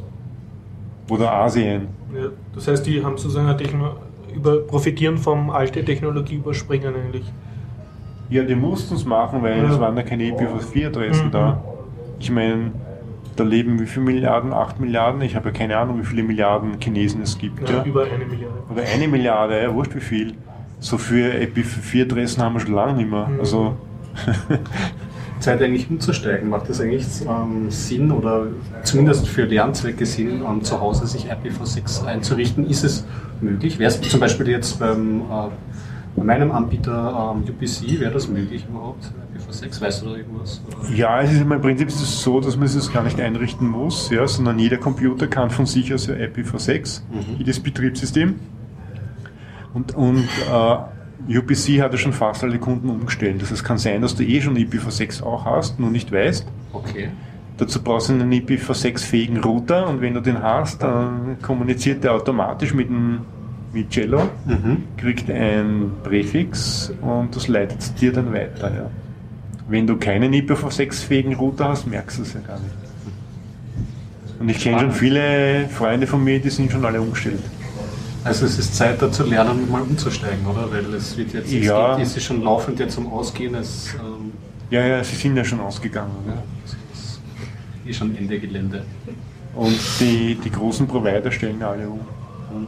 Oder Asien. Ja, das heißt, die haben sozusagen eine Techno- über, profitieren vom alte Technologie überspringen eigentlich. Ja, die mussten es machen, weil ja. es waren ja keine I P v vier Adressen mhm. da. Ich meine, da leben wie viele Milliarden? acht Milliarden? Ich habe ja keine Ahnung, wie viele Milliarden Chinesen es gibt. Ja, ja. Über eine Milliarde. Oder eine Milliarde, ja, wurscht wie viel. So für I P v vier Adressen haben wir schon lange nicht mehr. Mhm. Also Zeit eigentlich umzusteigen. Macht das eigentlich ähm, Sinn oder zumindest für Lernzwecke Sinn, ähm, zu Hause sich I P v sechs einzurichten? Ist es möglich? Wäre es zum Beispiel jetzt beim, äh, bei meinem Anbieter ähm, U P C, wäre das möglich überhaupt? I P v sechs, weißt du da irgendwas? Oder? Ja, es ist im Prinzip ist es so, dass man es gar nicht einrichten muss, ja, sondern jeder Computer kann von sich aus ja I P v sechs, mhm. jedes Betriebssystem. Und, und äh, U P C hat ja schon fast alle Kunden umgestellt. Das heißt, es kann sein, dass du eh schon I P v sechs auch hast, nur nicht weißt. Okay. Dazu brauchst du einen I P v sechs-fähigen Router und wenn du den hast, dann kommuniziert der automatisch mit dem mit Cello, mhm. kriegt ein Präfix und das leitet es dir dann weiter. Ja. Wenn du keinen I P v sechs-fähigen Router hast, merkst du es ja gar nicht. Und ich kenne schon viele Freunde von mir, die sind schon alle umgestellt. Also es ist Zeit, da zu lernen, mal umzusteigen, oder? Weil es wird jetzt, es ja. geht, es ist schon laufend jetzt zum Ausgehen. Es, ähm ja, ja, sie sind ja schon ausgegangen. Ja. Es ist eh schon Ende Gelände. Und die, die großen Provider stellen alle um. Mhm.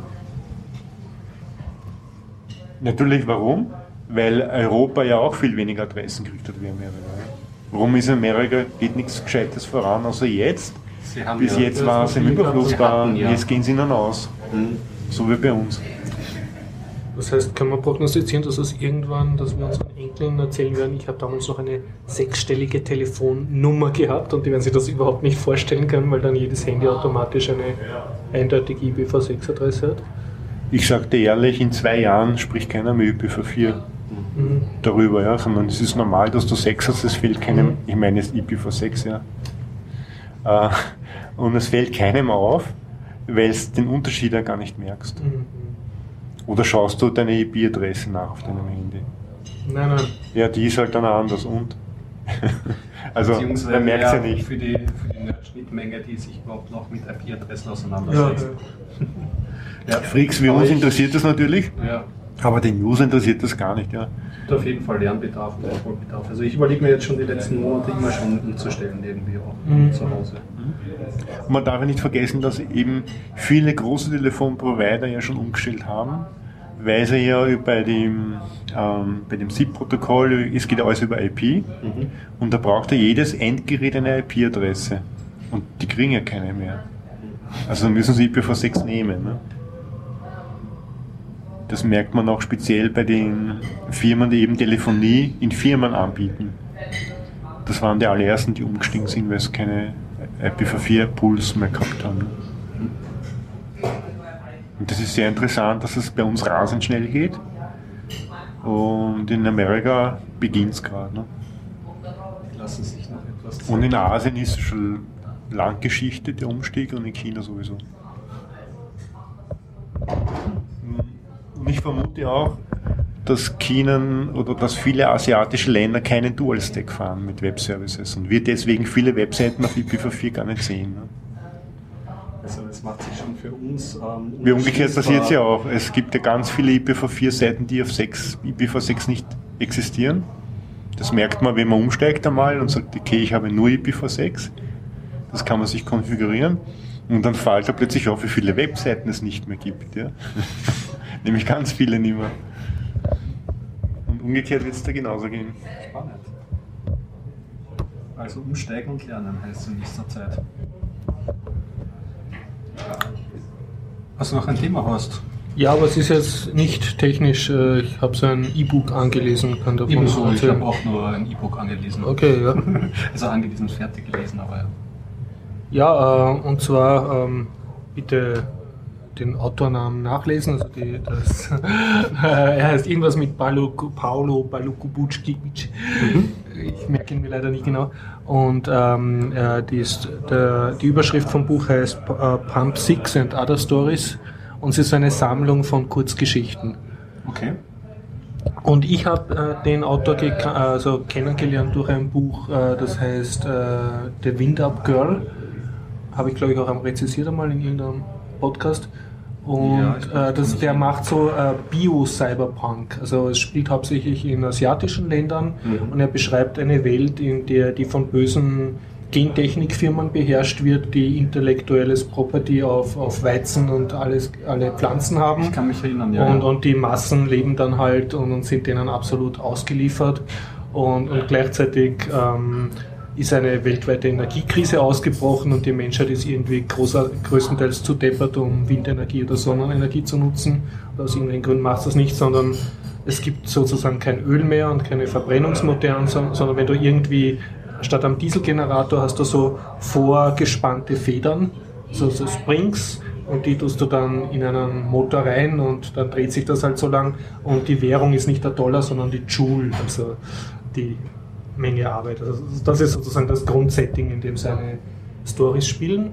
Natürlich, warum? Weil Europa ja auch viel weniger Adressen kriegt hat wie Amerika. Warum ist Amerika, geht nichts Gescheites voran, außer jetzt? Bis ja, jetzt war es im Überfluss da, ja. Jetzt gehen sie dann aus. Mhm. So wie bei uns. Das heißt, kann man prognostizieren, dass es irgendwann, dass wir unseren Enkeln erzählen werden, ich habe damals noch eine sechsstellige Telefonnummer gehabt und die werden sich das überhaupt nicht vorstellen können, weil dann jedes Handy automatisch eine eindeutige I P v sechs Adresse hat? Ich sagte ehrlich, in zwei Jahren spricht keiner mehr I P v vier mhm. darüber, ja, sondern es ist normal, dass du sechs hast, es fehlt keinem, mhm. ich meine jetzt I P v sechs, ja. Äh, und es fällt keinem auf, weil du den Unterschied ja gar nicht merkst. Mhm. Oder schaust du deine I P-Adresse nach auf deinem Handy? Nein, nein. Ja, die ist halt dann anders und? Also, man merkt es ja nicht. Für die, für die Schnittmenge, die sich überhaupt noch mit I P-Adressen auseinandersetzt. Ja, ja. Freaks wie uns interessiert das natürlich, ja. aber den User interessiert das gar nicht. Ja. Es gibt auf jeden Fall Lernbedarf und Erfolgbedarf. Also ich überlege mir jetzt schon die letzten Monate immer schon umzustellen, irgendwie auch mhm. zu Hause. Und man darf ja nicht vergessen, dass eben viele große Telefonprovider ja schon umgestellt haben weil es ja bei dem, ähm, bei dem S I P-Protokoll, es geht alles über I P mhm. und da braucht ja jedes Endgerät eine I P-Adresse und die kriegen ja keine mehr. Also müssen sie I P v sechs nehmen. Ne? Das merkt man auch speziell bei den Firmen, die eben Telefonie in Firmen anbieten. Das waren die allerersten, die umgestiegen sind, weil sie keine I P v vier Puls mehr gehabt haben. Und das ist sehr interessant, dass es bei uns rasend schnell geht. Und in Amerika beginnt es gerade. Ne? Lassen sich noch etwas Zeit. Und in Asien ist es schon lang Geschichte, der Umstieg, und in China sowieso. Und ich vermute auch, dass China oder dass viele asiatische Länder keinen Dual-Stack fahren mit Web-Services und wir deswegen viele Webseiten auf I P v vier gar nicht sehen. Ne? Also das macht sich schon für uns ähm, Wie umgekehrt passiert es ja auch. Es gibt ja ganz viele I P v vier Seiten, die auf sechs, I P v sechs nicht existieren. Das merkt man, wenn man umsteigt einmal und sagt, okay, ich habe nur I P v sechs. Das kann man sich konfigurieren. Und dann fällt da plötzlich auf, wie viele Webseiten es nicht mehr gibt. Ja? Nämlich ganz viele nicht mehr. Und umgekehrt wird es da genauso gehen. Spannend. Also umsteigen und lernen heißt es in nächster Zeit. Was du noch ein Thema hast? Ja, aber es ist jetzt nicht technisch. Ich habe so ein E-Book angelesen. Kann davon Ebenso, ich habe auch nur ein E-Book angelesen. Okay, ja. Also angelesen, fertig gelesen, aber ja. Ja, äh, und zwar ähm, bitte den Autornamen nachlesen. Also die, das, er heißt irgendwas mit Paolo, Paolo Balukubucki. Mhm. Ich merke ihn mir leider nicht genau. Und ähm, äh, die, ist, der, die Überschrift vom Buch heißt uh, Pump Six and Other Stories und es ist eine Sammlung von Kurzgeschichten. Okay. Und ich habe äh, den Autor geka- also kennengelernt durch ein Buch, äh, das heißt äh, The Wind-Up Girl. Habe ich, glaube ich, auch am rezensiert einmal in irgendeinem Podcast. Und ja, äh, das, der macht so äh, Bio-Cyberpunk. Also es spielt hauptsächlich in asiatischen Ländern mhm. und er beschreibt eine Welt, in der die von bösen Gentechnikfirmen beherrscht wird, die intellektuelles Property auf, auf Weizen und alles, alle Pflanzen haben. Ich kann mich erinnern, ja. Und, und die Massen leben dann halt und, und sind denen absolut ausgeliefert. Und, und gleichzeitig ähm, ist eine weltweite Energiekrise ausgebrochen und die Menschheit ist irgendwie großer, größtenteils zu deppert, um Windenergie oder Sonnenenergie zu nutzen. Aus irgendeinen Gründen macht es das nicht, sondern es gibt sozusagen kein Öl mehr und keine Verbrennungsmotoren, sondern wenn du irgendwie statt am Dieselgenerator hast du so vorgespannte Federn, so, so Springs, und die tust du dann in einen Motor rein und dann dreht sich das halt so lang und die Währung ist nicht der Dollar, sondern die Joule, also die Menge Arbeit. Also das ist sozusagen das Grundsetting, in dem seine Storys spielen.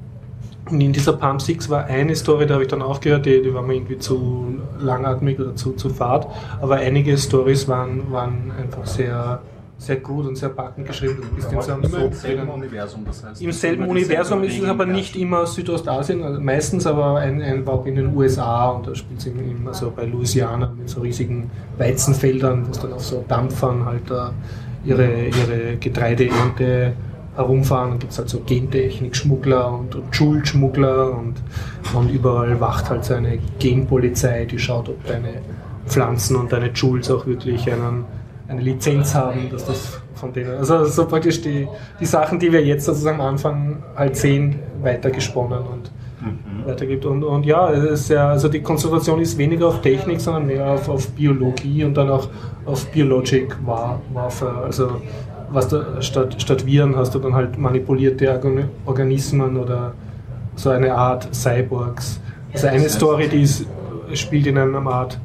Und in dieser Pump Six war eine Story, da habe ich dann aufgehört, die, die war mir irgendwie zu langatmig oder zu, zu fad, aber einige Stories waren, waren einfach sehr, sehr gut und sehr packend geschrieben. Das ist ja, immer im selben Universum, das heißt. Im selben Universum ist es aber nicht immer aus Südostasien, also meistens aber ein, ein, auch in den U S A, und da spielt es immer so bei Louisiana mit so riesigen Weizenfeldern, wo es dann auf so Dampfern halt da ihre, ihre Getreideernte herumfahren. Dann gibt es halt so Gentechnik-Schmuggler und, und Joule-Schmuggler und, und überall wacht halt so eine Genpolizei, die schaut, ob deine Pflanzen und deine Joules auch wirklich einen, eine Lizenz haben, dass das von denen, also so praktisch die, die Sachen, die wir jetzt sozusagen am Anfang halt sehen, weitergesponnen und mhm. weitergibt. Und, und ja, es ist ja, also die Konzentration ist weniger auf Technik, sondern mehr auf, auf Biologie und dann auch auf Biologic Warfare. Also was da, statt, statt Viren hast du dann halt manipulierte Organismen oder so eine Art Cyborgs. Also eine Story, die ist, spielt in einer Art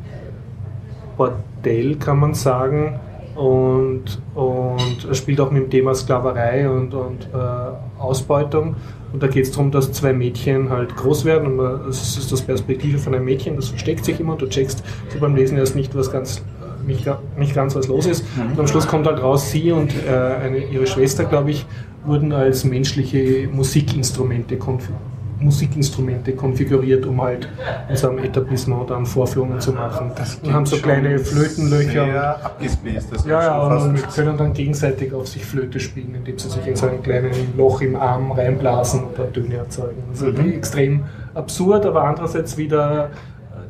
Bordell, kann man sagen, und, und spielt auch mit dem Thema Sklaverei und, und äh, Ausbeutung. Und da geht es darum, dass zwei Mädchen halt groß werden und man, das ist das Perspektive von einem Mädchen, das versteckt sich immer und du checkst so beim Lesen erst nicht, was ganz nicht, nicht ganz was los ist. Und am Schluss kommt halt raus, sie und äh, eine, ihre Schwester, glaube ich, wurden als menschliche Musikinstrumente, konf- Musikinstrumente konfiguriert, um halt in so einem Etablissement dann Vorführungen zu machen. Und haben so kleine Flötenlöcher. Sehr abgespaced, das ja, ja, und, und können dann gegenseitig auf sich Flöte spielen, indem sie sich in so ein kleines Loch im Arm reinblasen und da Töne erzeugen. Also mhm. extrem absurd, aber andererseits wieder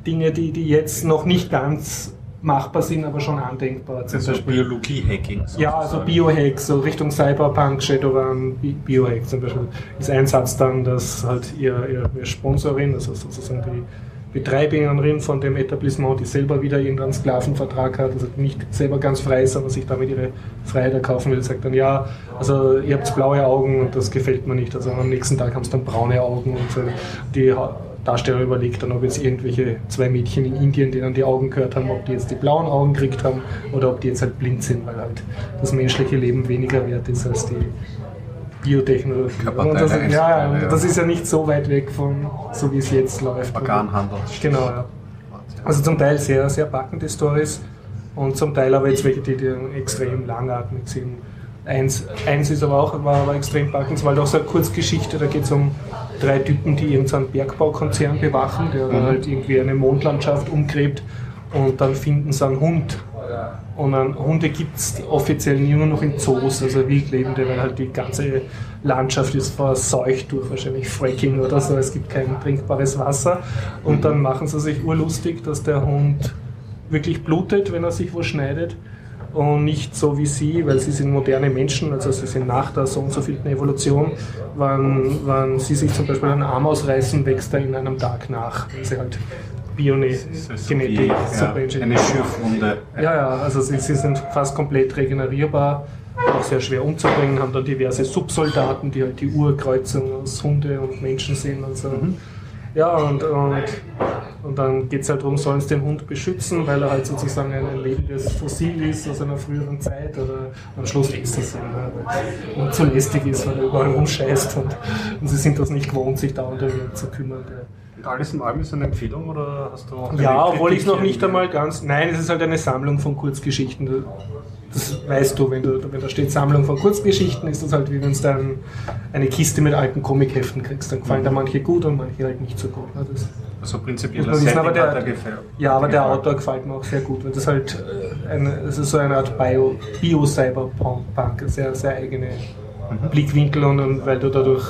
Dinge, die, die jetzt noch nicht ganz machbar sind, aber schon andenkbar. Zum also Beispiel Biologie-Hacking. Ja, also Biohacks, so Richtung Cyberpunk, Shadowrun, Bi- Biohack zum Beispiel. Ist ein Satz dann, dass halt ihr, ihr, ihr Sponsorin, also sozusagen die Betreiberin von dem Etablissement, die selber wieder irgendeinen Sklavenvertrag hat, also nicht selber ganz frei ist, aber sich damit ihre Freiheit erkaufen will, sagt dann, ja, also ihr habt blaue Augen und das gefällt mir nicht. Also am nächsten Tag haben sie dann braune Augen und so. Die Darsteller überlegt dann, ob jetzt irgendwelche zwei Mädchen in Indien, denen die Augen gehört haben, ob die jetzt die blauen Augen gekriegt haben oder ob die jetzt halt blind sind, weil halt das menschliche Leben weniger wert ist als die Biotechnologie. Und das, ja, ja, das ist ja nicht so weit weg von so wie es jetzt läuft. Organhandel. Genau, ja. Also zum Teil sehr, sehr packende Storys und zum Teil aber jetzt welche, die, die extrem langatmig sind. Eins, eins ist aber auch war, war extrem packend, es war halt auch so eine Kurzgeschichte, da geht es um drei Typen, die irgendeinen Bergbaukonzern bewachen, der mhm. halt irgendwie eine Mondlandschaft umgräbt und dann finden sie einen Hund. Und dann, Hunde gibt es offiziell nur noch in Zoos, also Wildlebende, weil halt die ganze Landschaft ist verseucht durch wahrscheinlich Fracking oder so, es gibt kein trinkbares Wasser. Und dann machen sie sich urlustig, dass der Hund wirklich blutet, wenn er sich wo schneidet. Und nicht so wie sie, weil sie sind moderne Menschen, also sie sind nach der so und so vielten Evolution, wenn, wenn sie sich zum Beispiel einen Arm ausreißen, wächst er in einem Tag nach, weil sie halt Biogenetik ja, eine Schürfwunde. Ja, ja, also sie, sie sind fast komplett regenerierbar, auch sehr schwer umzubringen, haben dann diverse Subsoldaten, die halt die Urkreuzung aus Hunde und Menschen sind und so. Mhm. Ja, und, und, und dann geht es halt darum, sollen sie den Hund beschützen, weil er halt sozusagen ein lebendes Fossil ist aus einer früheren Zeit, oder am Schluss ist es so, ne, weil er zu lästig ist, weil er überall rumscheißt und, und sie sind das nicht gewohnt, sich dauernd zu kümmern. Ja. Alles in allem ist eine Empfehlung, oder hast du auch Ja, obwohl ich es noch nicht einmal ganz... Nein, es ist halt eine Sammlung von Kurzgeschichten. Das weißt du, wenn, du, wenn da steht Sammlung von Kurzgeschichten, ist das halt wie wenn du dann eine Kiste mit alten Comicheften kriegst. Dann gefallen mhm. da manche gut und manche halt nicht so gut. Das also prinzipiell das Setting aber der, hat er gefällt. Ja, aber der Autor gefällt mir auch sehr gut, weil das halt eine, das ist so eine Art Bio, Bio-Cyberpunk, sehr, sehr eigene mhm. Blickwinkel und, und weil du dadurch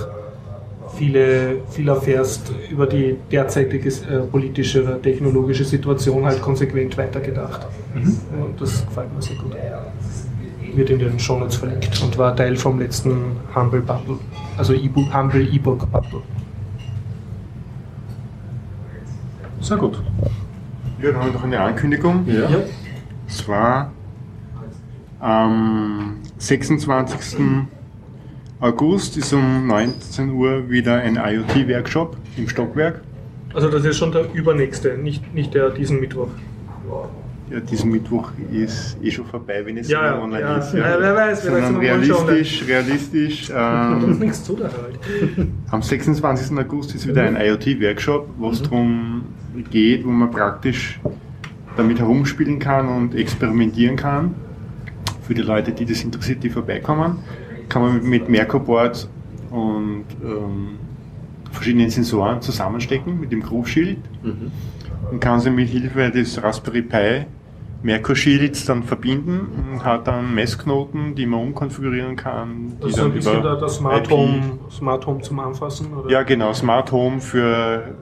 viele, viel erfährst über die derzeitige äh, politische oder technologische Situation halt konsequent weitergedacht. Mhm. Und das gefällt mir sehr gut. Wird in den Shownotes verlinkt und war Teil vom letzten Humble Bundle, also E-Book, Humble E-Book Bundle. Sehr gut. Ja, dann haben wir noch eine Ankündigung. Ja. Ja. Es war am sechsundzwanzigsten August ist um neunzehn Uhr wieder ein IoT-Workshop im Stockwerk. Also das ist schon der übernächste, nicht, nicht der diesen Mittwoch. Ja, diesen Mittwoch ist eh schon vorbei, wenn es ja, online ja. ist. Ja. Ja, wer weiß, wer Sondern realistisch, realistisch. Ähm, uns nichts zu, der halt. Am sechsundzwanzigsten August ist wieder ein IoT-Workshop, wo es mhm. darum geht, wo man praktisch damit herumspielen kann und experimentieren kann. Für die Leute, die das interessiert, die vorbeikommen, kann man mit Mercoboard und ähm, verschiedenen Sensoren zusammenstecken mit dem Groove Shield mhm. und kann sie mit Hilfe des Raspberry Pi Merco Shields dann verbinden und hat dann Messknoten, die man umkonfigurieren kann. Das ist so ein bisschen der, der Smart, Home, Smart Home zum Anfassen? Oder? Ja, genau, Smart Home für äh,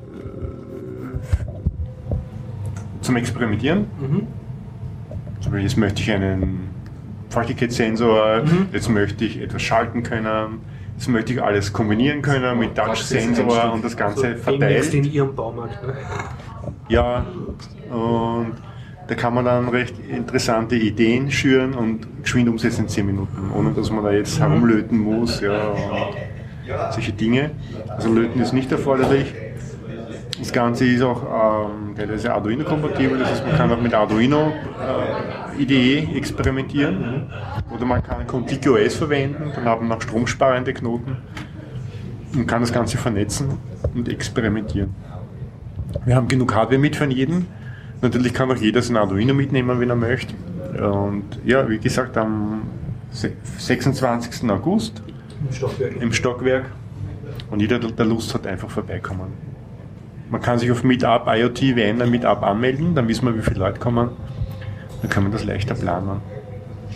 zum Experimentieren. Mhm. Zum Beispiel, jetzt möchte ich einen Feuchtigkeitssensor, mhm. jetzt möchte ich etwas schalten können, jetzt möchte ich alles kombinieren können mit Touch-Sensor und das Ganze also verteilt. in Ihrem Baumarkt. Ne? Ja, und da kann man dann recht interessante Ideen schüren und geschwind umsetzen in zehn Minuten, ohne dass man da jetzt herumlöten muss, ja, und solche Dinge. Also löten ist nicht erforderlich. Das Ganze ist auch ähm, teilweise Arduino-kompatibel, das heißt, man kann auch mit Arduino äh, I D E experimentieren. Mhm. Oder man kann ContigoOS verwenden, dann hat man auch stromsparende Knoten und kann das Ganze vernetzen und experimentieren. Wir haben genug Hardware mit für jeden. Natürlich kann auch jeder sein Arduino mitnehmen, wenn er möchte. Und ja, wie gesagt, am sechsundzwanzigsten August im Stockwerk. im Stockwerk. Und jeder, der Lust hat, einfach vorbeikommen. Man kann sich auf Meetup IoT Vienna Meetup anmelden, dann wissen wir, wie viele Leute kommen. Dann kann man das leichter planen.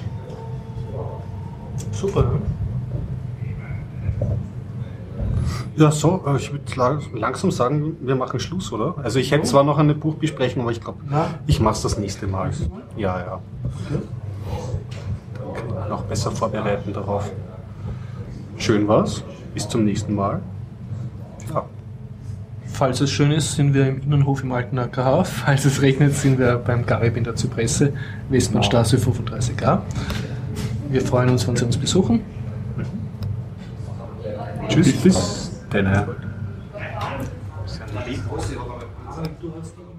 Super. Ja, so, ich würde langsam sagen, wir machen Schluss, oder? Also ich hätte zwar noch eine Buchbesprechung, aber ich glaube, ich mache es das nächste Mal. Ja, ja. Dann kann ich noch besser vorbereiten darauf. Schön war's. Bis zum nächsten Mal. Ja. Falls es schön ist, sind wir im Innenhof im alten A K H. Falls es regnet, sind wir beim Garib in der Zypresse, Westbahnstraße fünfunddreißig a. Wir freuen uns, wenn Sie uns besuchen. Tschüss, bis dann.